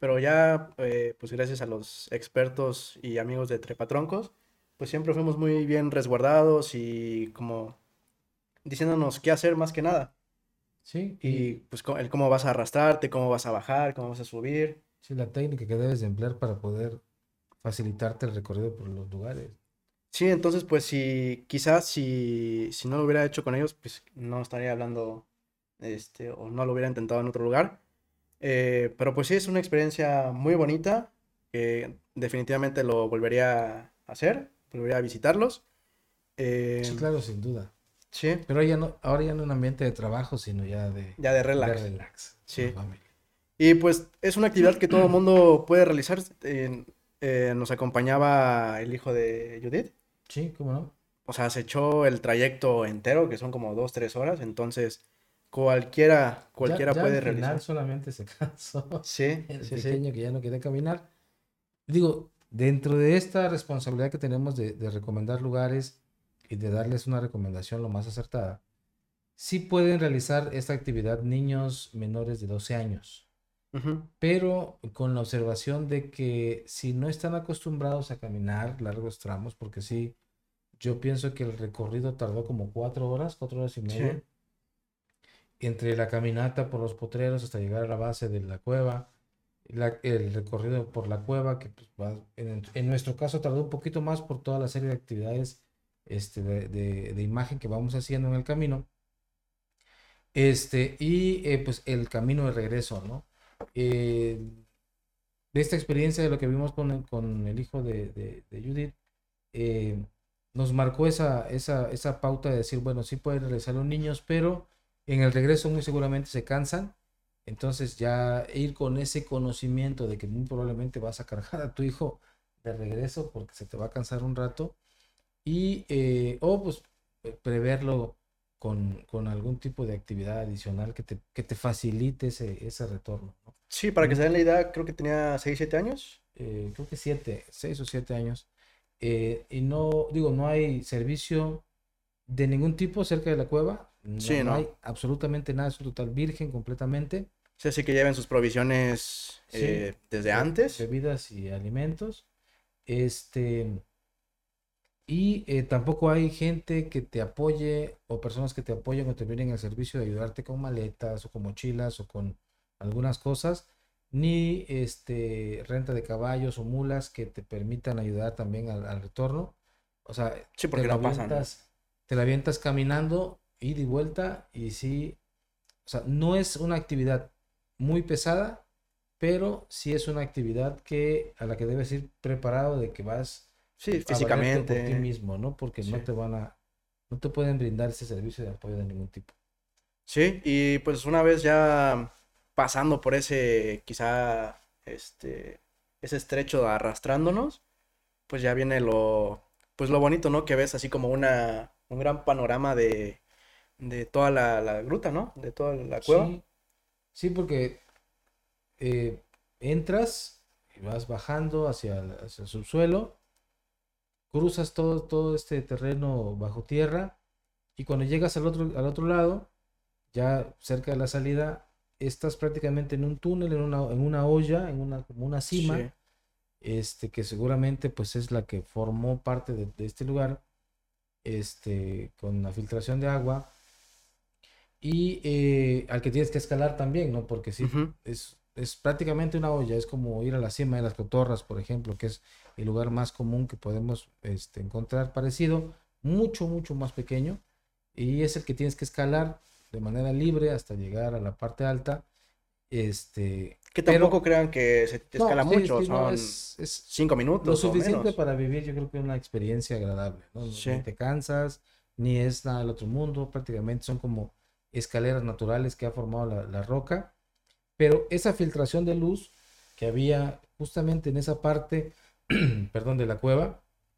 pero ya, eh, pues gracias a los expertos y amigos de Trepatroncos, pues siempre fuimos muy bien resguardados y como diciéndonos qué hacer más que nada. Sí, Y y pues co- el cómo vas a arrastrarte, cómo vas a bajar, cómo vas a subir. sí, la técnica que debes de emplear para poder facilitarte el recorrido por los lugares. Sí, entonces pues si quizás si, si no lo hubiera hecho con ellos, pues no estaría hablando, este, o no lo hubiera intentado en otro lugar. Eh, pero pues sí, es una experiencia muy bonita, que definitivamente lo volvería a hacer, volvería a visitarlos. Sí, Eh, claro, sin duda. sí, Pero ya no, ahora ya no en un ambiente de trabajo, sino ya de, ya de de relax, relax con la sí. familia. Y pues es una actividad que todo el mundo puede realizar. Eh, eh, nos acompañaba el hijo de Judith. Sí, ¿cómo no? O sea, se echó el trayecto entero, que son como dos, tres horas. Entonces, cualquiera, Ya, cualquiera ya al puede final realizar. solamente se cansó Sí, el sí, sí. pequeño que ya no quiere caminar. Digo, dentro de esta responsabilidad que tenemos de, de recomendar lugares y de darles una recomendación lo más acertada, sí pueden realizar esta actividad niños menores de doce años, Ujú. pero con la observación de que si no están acostumbrados a caminar largos tramos, porque sí, yo pienso que el recorrido tardó como cuatro horas, cuatro horas y Sí, media, entre la caminata por los potreros hasta llegar a la base de la cueva, la- el recorrido por la cueva, que pues, va- en, en nuestro caso tardó un poquito más por toda la serie de actividades este, de, de- de imagen que vamos haciendo en el camino, este, y eh, pues el camino de regreso, ¿no? Eh, de esta experiencia, de lo que vimos con el, con el hijo de, de- de Judith, eh, nos marcó esa, esa, esa pauta de decir, bueno, sí pueden realizar los niños, pero en el regreso muy seguramente se cansan. Entonces ya ir con ese conocimiento de que muy probablemente vas a cargar a tu hijo de regreso porque se te va a cansar un rato y eh, o pues eh, preverlo con, con algún tipo de actividad adicional que te, que te facilite ese, ese retorno, ¿no? sí, para que se Mm, den la idea, creo que tenía seis siete años. eh, creo que siete, seis o siete años. Eh, y no, digo, no hay servicio de ningún tipo cerca de la cueva. No, Sí, no hay ¿no? absolutamente nada, es un total virgen completamente. Sí, así que lleven sus provisiones Sí, eh, desde be- antes. bebidas y alimentos. Este, y eh, tampoco hay gente que te apoye o personas que te apoyen o te vienen al servicio de ayudarte con maletas o con mochilas o con algunas cosas, ni este, renta de caballos o mulas que te permitan ayudar también al, al retorno. O sea, Sí, te porque lo no pasan. avientas, te lo avientas caminando, ida y vuelta, y sí, o sea, no es una actividad muy pesada, pero sí es una actividad que, a la que debes ir preparado de que vas Sí, a valerte por ti físicamente. mismo, ¿no? Porque no Sí. te van a, no te pueden brindar ese servicio de apoyo de ningún tipo. Sí, y pues una vez ya pasando por ese, quizá, este, ese estrecho arrastrándonos, pues ya viene lo, pues lo bonito, ¿no? Que ves así como una, un gran panorama de, de toda la, la gruta, ¿no? De toda la cueva. Sí, sí, porque eh, entras y vas bajando hacia, el- hacia el subsuelo, cruzas todo, todo este terreno bajo tierra y cuando llegas al otro, al otro lado, ya cerca de la salida, estás prácticamente en un túnel, en una, en una olla, en una, como una cima, Sí, este, que seguramente pues es la que formó parte de, de este lugar, este, con la filtración de agua y eh, al que tienes que escalar también, ¿no? Porque sí, ujú, es, es prácticamente una olla, es como ir a la cima de las Cotorras, por ejemplo, que es el lugar más común que podemos este, encontrar parecido, mucho, mucho más pequeño, y es el que tienes que escalar de manera libre hasta llegar a la parte alta, este, que tampoco pero crean que se te no, escala sí, mucho, sí, no, son es, es cinco lo minutos o suficiente menos. para vivir, yo creo que una experiencia agradable, ¿no? No- Ni Sí, te cansas, ni es nada del otro mundo, prácticamente son como escaleras naturales que ha formado la, la roca, pero esa filtración de luz que había justamente en esa parte, perdón, de la cueva,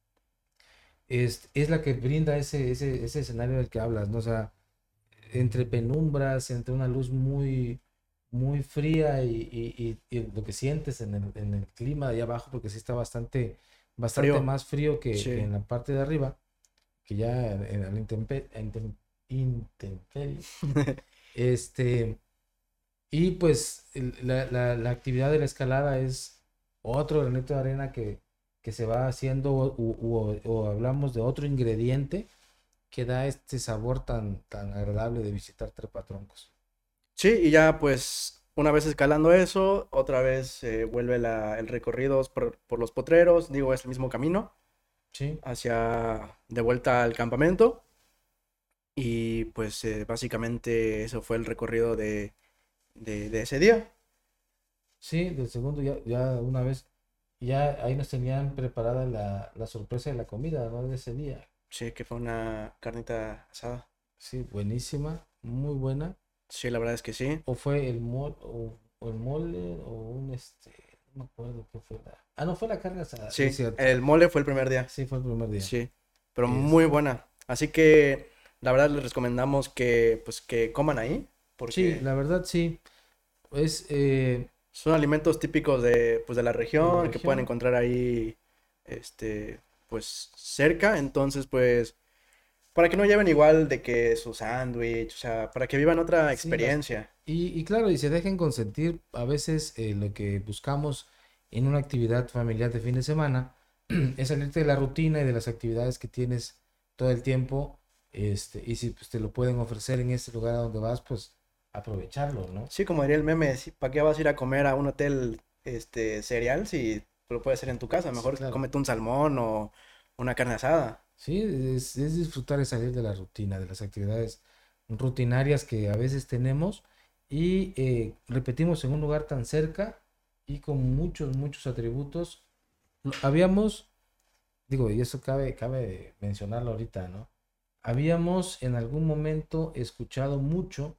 es, es la que brinda ese, ese, ese escenario del que hablas, ¿no? O sea, entre penumbras, entre una luz muy, muy fría y, y- y- y lo que sientes en el, en el clima de allá abajo, porque sí está bastante, bastante frío. más frío que, que Sí, en la parte de arriba, que ya en, en la intempe- intem- intemperie. Este, Y pues el- la, la- la actividad de la escalada es otro granito de arena que, que se va haciendo o, o- o hablamos de otro ingrediente que da este sabor tan, tan agradable de visitar Trepatroncos. Sí, y ya pues una vez escalando eso, otra vez eh, vuelve la- el recorrido por, por los potreros, digo, es el mismo camino, Sí, hacia de vuelta al campamento. Y pues eh, básicamente eso fue el recorrido de, de, de ese día. sí, del segundo ya, ya una vez, ya ahí nos tenían preparada la, la sorpresa de la comida, ¿no? De ese día. Sí, que fue una carnita asada. Sí, buenísima, muy buena. Sí, la verdad es que sí. O fue el mole, o, o el mole, o un este, no me acuerdo qué fue la. Ah, no, fue la carne asada, sí, es Sí, cierto. el mole fue el primer día. Sí, fue el primer día. Sí, pero Es, muy buena. Así que la verdad les recomendamos que pues que coman ahí, sí, porque la verdad sí. Es eh, son alimentos típicos de pues de la de la región que pueden región. encontrar ahí este pues cerca, entonces pues para que no lleven igual de que su sándwich, o sea, para que vivan otra Sí, las. experiencia. Y, y claro, y se dejen consentir a veces eh, lo que buscamos en una actividad familiar de fin de semana es salirte de la rutina y de las actividades que tienes todo el tiempo. Este, y si pues, te lo pueden ofrecer en este lugar a donde vas, pues aprovecharlo, ¿no? Sí, como diría el meme, sí, ¿para qué vas a ir a comer a un hotel este cereal si lo puedes hacer en tu casa? Sí, Mejor claro. cómete un salmón o una carne asada. Sí, es, es disfrutar de salir de la rutina, de las actividades rutinarias que a veces tenemos y eh, repetimos en un lugar tan cerca y con muchos, muchos atributos. Lo- Habíamos, digo, y eso cabe, cabe mencionarlo ahorita, ¿no? Habíamos en algún momento escuchado mucho,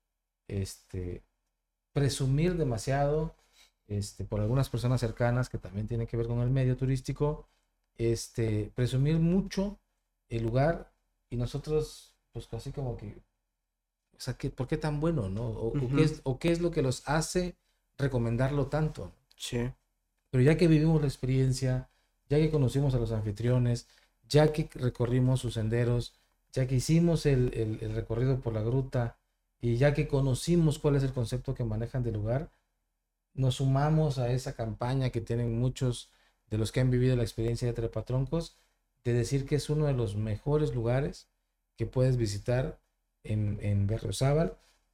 este, presumir demasiado, este, por algunas personas cercanas que también tienen que ver con el medio turístico, este, presumir mucho el lugar y nosotros, pues casi como que, o sea, ¿qué, ¿por qué tan bueno, no? O, o qué Ujú, es, o qué es lo que los hace recomendarlo tanto. sí. Pero ya que vivimos la experiencia, ya que conocimos a los anfitriones, ya que recorrimos sus senderos, ya que hicimos el, el- el recorrido por la gruta y ya que conocimos cuál es el concepto que manejan del lugar, nos sumamos a esa campaña que tienen muchos de los que han vivido la experiencia de Trepatroncos, de decir que es uno de los mejores lugares que puedes visitar en, en Berriozábal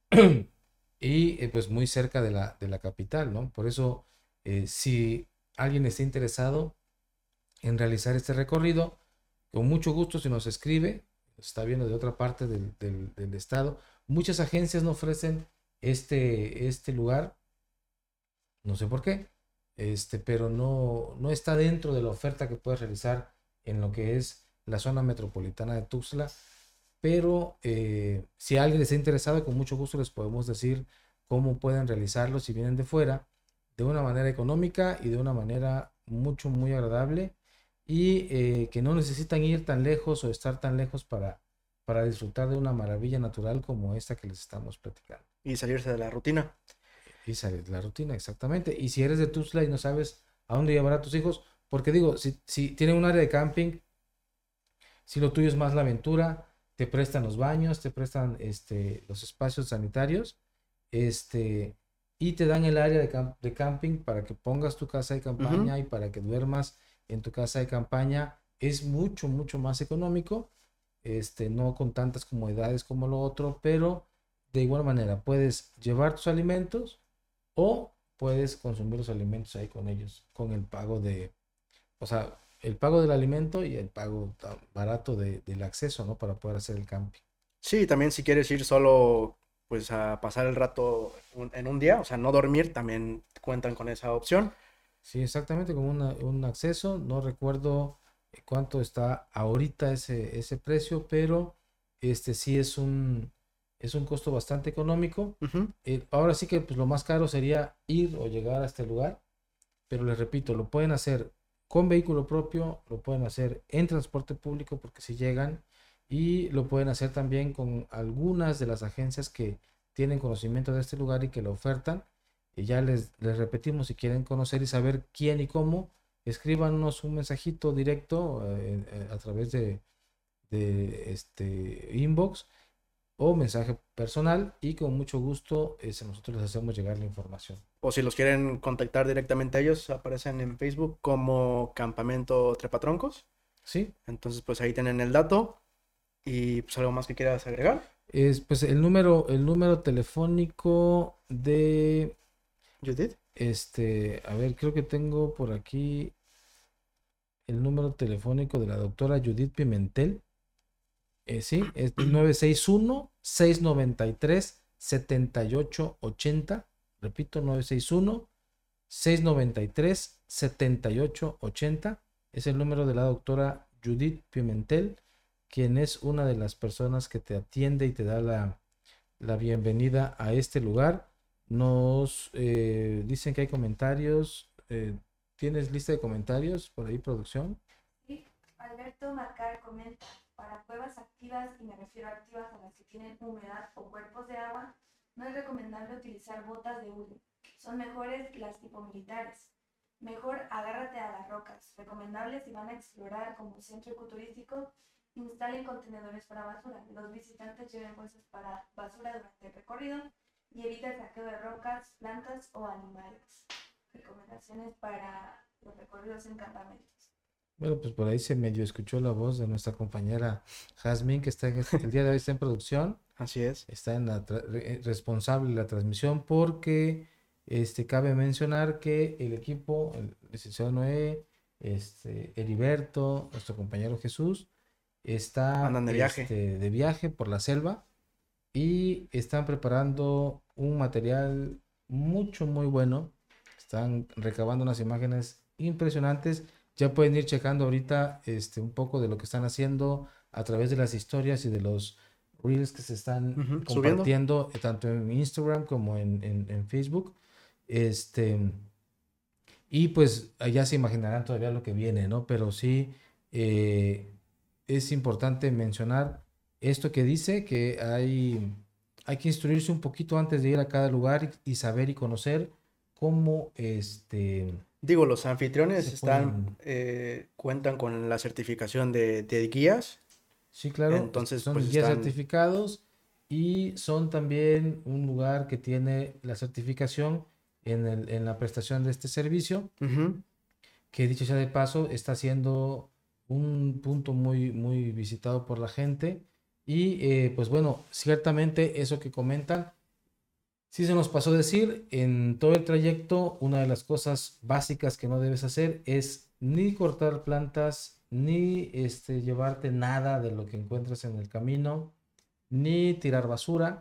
y eh, pues muy cerca de la, de la capital, ¿no? Por eso, eh, si alguien está interesado en realizar este recorrido, con mucho gusto se nos escribe, está viendo de otra parte del, del, del estado. Muchas agencias no ofrecen este, este lugar, no sé por qué, este, pero no, no está dentro de la oferta que puedes realizar en lo que es la zona metropolitana de Tuxtla, pero eh, si alguien está interesado, con mucho gusto les podemos decir cómo pueden realizarlo si vienen de fuera, de una manera económica y de una manera mucho, muy agradable, y eh, que no necesitan ir tan lejos o estar tan lejos para, para disfrutar de una maravilla natural como esta que les estamos platicando. Y salirse de la rutina. Y salir de la rutina, exactamente. Y si eres de Tuxtla y no sabes a dónde llevar a tus hijos, porque digo, si, si tienen un área de camping, si lo tuyo es más la aventura, te prestan los baños, te prestan este, los espacios sanitarios, este, y te dan el área de, cam- de camping para que pongas tu casa de Ujú. campaña y para que duermas en tu casa de campaña. Es mucho, mucho más económico, este, no con tantas comodidades como lo otro, pero de igual manera puedes llevar tus alimentos o puedes consumir los alimentos ahí con ellos, con el pago de, o sea, el pago del alimento y el pago ta- barato de- del acceso, ¿no? Para poder hacer el camping. Sí, también si quieres ir solo pues a pasar el rato un- en un día, o sea, no dormir, también cuentan con esa opción. Sí, exactamente, con una- un acceso. No recuerdo eh, cuánto está ahorita ese, ese precio, pero este sí es un, es un costo bastante económico. Ujú. Eh, ahora sí que pues, lo más caro sería ir o llegar a este lugar, pero les repito, lo pueden hacer con vehículo propio, lo pueden hacer en transporte público porque si llegan y lo pueden hacer también con algunas de las agencias que tienen conocimiento de este lugar y que lo ofertan. Y ya les, les repetimos, si quieren conocer y saber quién y cómo, escríbanos un mensajito directo eh, eh, a través de, de este inbox o mensaje personal y con mucho gusto este, nosotros les hacemos llegar la información. O si los quieren contactar directamente a ellos, aparecen en Facebook como Campamento Trepatroncos. ¿Sí? Entonces, pues ahí tienen el dato. Y pues algo más que quieras agregar. Es pues el número, el número telefónico de Judith. este, a ver, creo que tengo por aquí el número telefónico de la doctora Judith Pimentel. Eh, sí, es nueve seis uno, seis nueve tres, siete ocho ocho cero. Repito, nueve seis uno, seis nueve tres, siete ocho ocho cero. Es el número de la doctora Judith Pimentel, quien es una de las personas que te atiende y te da la, la bienvenida a este lugar. Nos eh, dicen que hay comentarios. Eh, ¿tienes lista de comentarios por ahí, producción? Sí, Alberto Macar comenta, para cuevas activas, y me refiero a activas a las que tienen humedad o cuerpos de agua, no es recomendable utilizar botas de hule. Son mejores las tipo militares. Mejor agárrate a las rocas. Recomendable si van a explorar como centro ecoturístico, instalen contenedores para basura. Los visitantes lleven bolsas para basura durante el recorrido y evita el saqueo de rocas, plantas o animales. Recomendaciones para los recorridos en campamentos. Bueno, pues por ahí se medio escuchó la voz de nuestra compañera Jazmín, que está en este- que el día de hoy está en producción, Así es. está en la tra- re- eh, responsable de la transmisión, porque este cabe mencionar que el equipo, el licenciado Noé, este Heriberto, nuestro compañero Jesús, está Andan de viaje. este, de viaje por la selva y están preparando un material mucho, muy bueno. Están recabando unas imágenes impresionantes. Ya pueden ir checando ahorita este, un poco de lo que están haciendo a través de las historias y de los reels que se están Ujú, subiendo. compartiendo eh, tanto en Instagram como en, en- en Facebook. Este, y pues allá se imaginarán todavía lo que viene, ¿no? Pero sí eh, es importante mencionar esto que dice, que hay, hay que instruirse un poquito antes de ir a cada lugar y, y saber y conocer cómo este, Digo, los anfitriones se están, pueden... eh, cuentan con la certificación de, de guías. Sí, claro, es- Entonces, pues son guías están. certificados y son también un lugar que tiene la certificación en, el- en la prestación de este servicio, Ujú. que dicho sea de paso, está siendo un punto muy, muy visitado por la gente. Y eh, pues bueno, ciertamente eso que comentan, sí se nos pasó decir, en todo el trayecto, una de las cosas básicas que no debes hacer es ni cortar plantas, ni este, llevarte nada de lo que encuentres en el camino, ni tirar basura.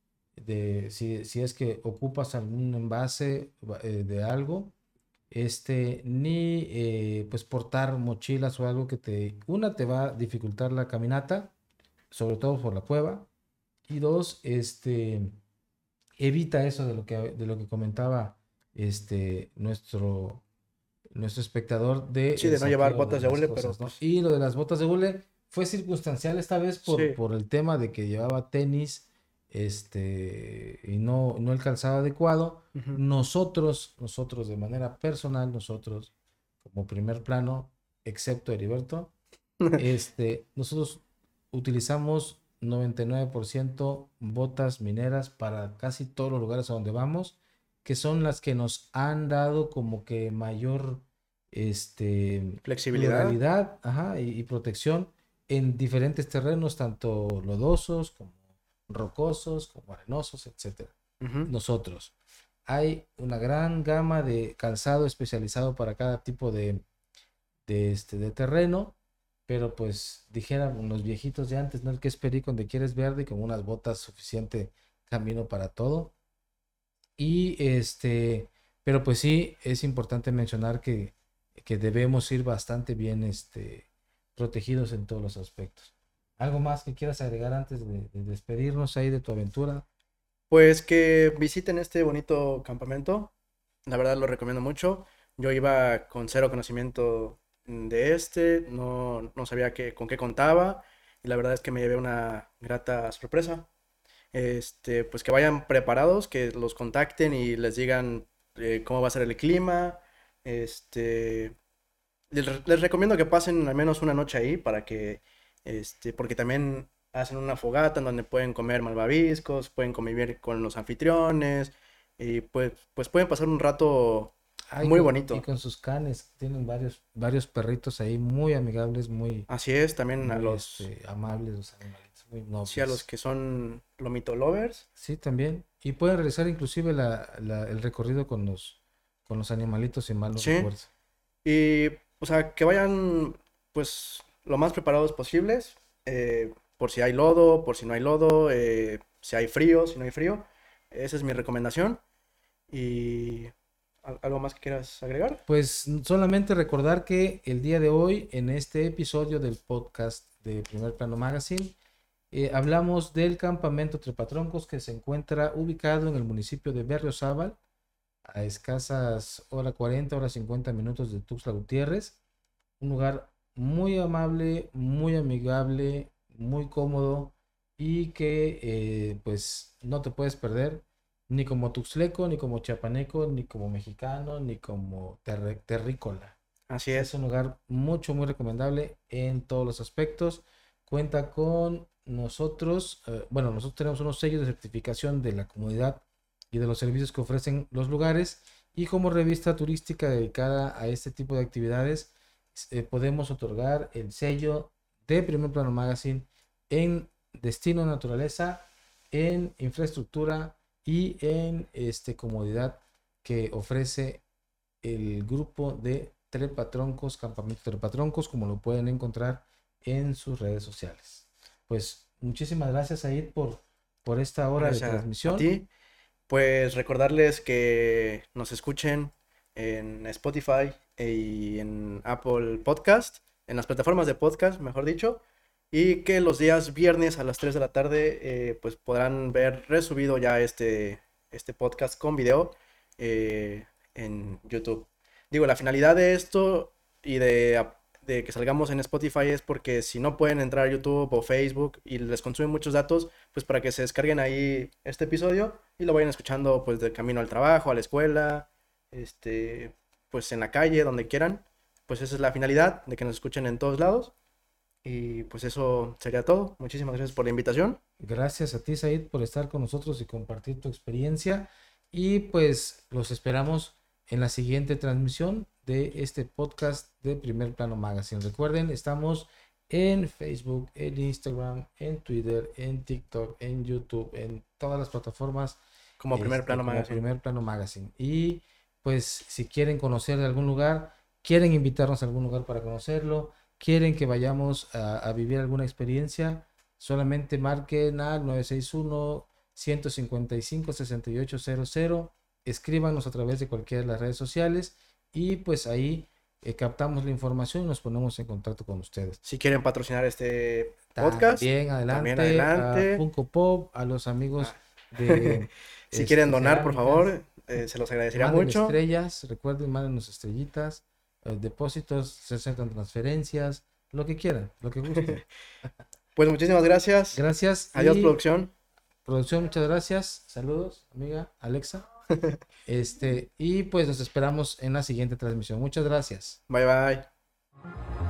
De, si, si es que ocupas algún envase eh, de algo, este, ni eh, pues portar mochilas o algo que te, una, te va a dificultar la caminata, sobre todo por la cueva, y dos, este, evita eso de lo que, de lo que comentaba este, nuestro, nuestro espectador de Sí, el de no llevar saqueo de botas de las hule, pero cosas, ¿no? pues Y lo de las botas de hule fue circunstancial esta vez por, sí. por el tema de que llevaba tenis, este, y no, no el calzado adecuado. Ujú. Nosotros, nosotros de manera personal, nosotros como primer plano, excepto Heriberto, este, nosotros utilizamos noventa y nueve por ciento botas mineras para casi todos los lugares a donde vamos, que son las que nos han dado como que mayor este, Flexibilidad. pluralidad, ajá, y, y protección en diferentes terrenos, tanto lodosos como rocosos, como arenosos, etcétera. Ujú. Nosotros. Hay una gran gama de calzado especializado para cada tipo de, de, este, de terreno, pero pues dijeran los viejitos de antes, ¿no? El que es perico donde quieres verde y con unas botas suficiente camino para todo. Y este, pero pues sí, es importante mencionar que, que debemos ir bastante bien este, protegidos en todos los aspectos. ¿Algo más que quieras agregar antes de, de despedirnos ahí de tu aventura? Pues que visiten este bonito campamento. La verdad lo recomiendo mucho. Yo iba con cero conocimiento mm, de este, no, no sabía qué, con qué contaba y la verdad es que me llevé una grata sorpresa. Este, pues que vayan preparados, que los contacten y les digan eh, cómo va a ser el clima. Este, les, re- les recomiendo que pasen al menos una noche ahí para que, este, porque también hacen una fogata en donde pueden comer malvaviscos, pueden convivir con los anfitriones y pues, pues pueden pasar un rato Ah, y muy con, bonito. y con sus canes, tienen varios, varios perritos ahí muy amigables, muy, Así es, también a muy los, este, amables los animalitos, muy sí, a los nobles. que son lomito lovers. Sí, también. Y pueden realizar inclusive la, la- el recorrido con los, con los animalitos, si mal no Sí, recuerdo. y o sea, que vayan pues lo más preparados posibles, eh, por si hay lodo, por si no hay lodo, eh, si hay frío, si no hay frío. Esa es mi recomendación. Y ¿al- ¿algo más que quieras agregar? Pues n- solamente recordar que el día de hoy, en este episodio del podcast de Primer Plano Magazine, eh, hablamos del campamento Trepatroncos que se encuentra ubicado en el municipio de Berriozábal, a escasas hora cuarenta, hora cincuenta minutos de Tuxtla Gutiérrez. Un lugar muy amable, muy amigable, muy cómodo y que eh, pues no te puedes perder ni como tuxtleco, ni como chiapaneco, ni como mexicano, ni como terre- terrícola. Así Es es. un lugar mucho, muy recomendable en todos los aspectos. Cuenta con nosotros, eh, bueno, nosotros tenemos unos sellos de certificación de la comunidad y de los servicios que ofrecen los lugares. Y como revista turística dedicada a este tipo de actividades, eh, podemos otorgar el sello de Primer Plano Magazine en destino naturaleza, en infraestructura y en este, comodidad que ofrece el grupo de Trepatroncos, Campamento Trepatroncos, como lo pueden encontrar en sus redes sociales. Pues muchísimas gracias, Aid, por, por esta hora de Gracias a, a transmisión. ti. Pues recordarles que nos escuchen en Spotify y en Apple Podcast, en las plataformas de podcast, mejor dicho, y que los días viernes a las tres de la tarde eh, pues podrán ver resubido ya este, este podcast con video eh, en YouTube. Digo, la finalidad de esto y de, ap- de que salgamos en Spotify es porque si no pueden entrar a YouTube o Facebook y les consumen muchos datos, pues para que se descarguen ahí este episodio y lo vayan escuchando pues de camino al trabajo, a la escuela, este, pues en la calle, donde quieran. Pues esa es la finalidad, de que nos escuchen en todos lados. Y pues eso sería todo. Muchísimas gracias por la invitación. Gracias a ti, Said, por estar con nosotros y compartir tu experiencia. Y pues los esperamos en la siguiente transmisión de este podcast de Primer Plano Magazine. Recuerden, estamos en Facebook, en Instagram, en Twitter, en TikTok, en YouTube, en todas las plataformas Como primer este, plano como magazine. Primer Plano Magazine. Y pues si quieren conocer de algún lugar, quieren invitarnos a algún lugar para conocerlo, quieren que vayamos a, a vivir alguna experiencia, solamente marquen al nueve seis uno, uno cinco cinco, seis ocho cero cero, escríbanos a través de cualquiera de las redes sociales y pues ahí eh, captamos la información y nos ponemos en contacto con ustedes. Si quieren patrocinar este podcast, También también adelante a adelante. Funko Pop, a los Ah, amigos de si quieren este, donar, por cerámicas. favor, eh, se los agradecería Manden mucho. estrellas, recuerden, mándenos estrellitas, eh, depósitos, se aceptan transferencias, lo que quieran, lo que gusten. Pues muchísimas gracias. Gracias Adiós, y producción. producción, muchas gracias. Saludos, amiga Alexa. Este, y pues nos esperamos en la siguiente transmisión. Muchas gracias. Bye bye.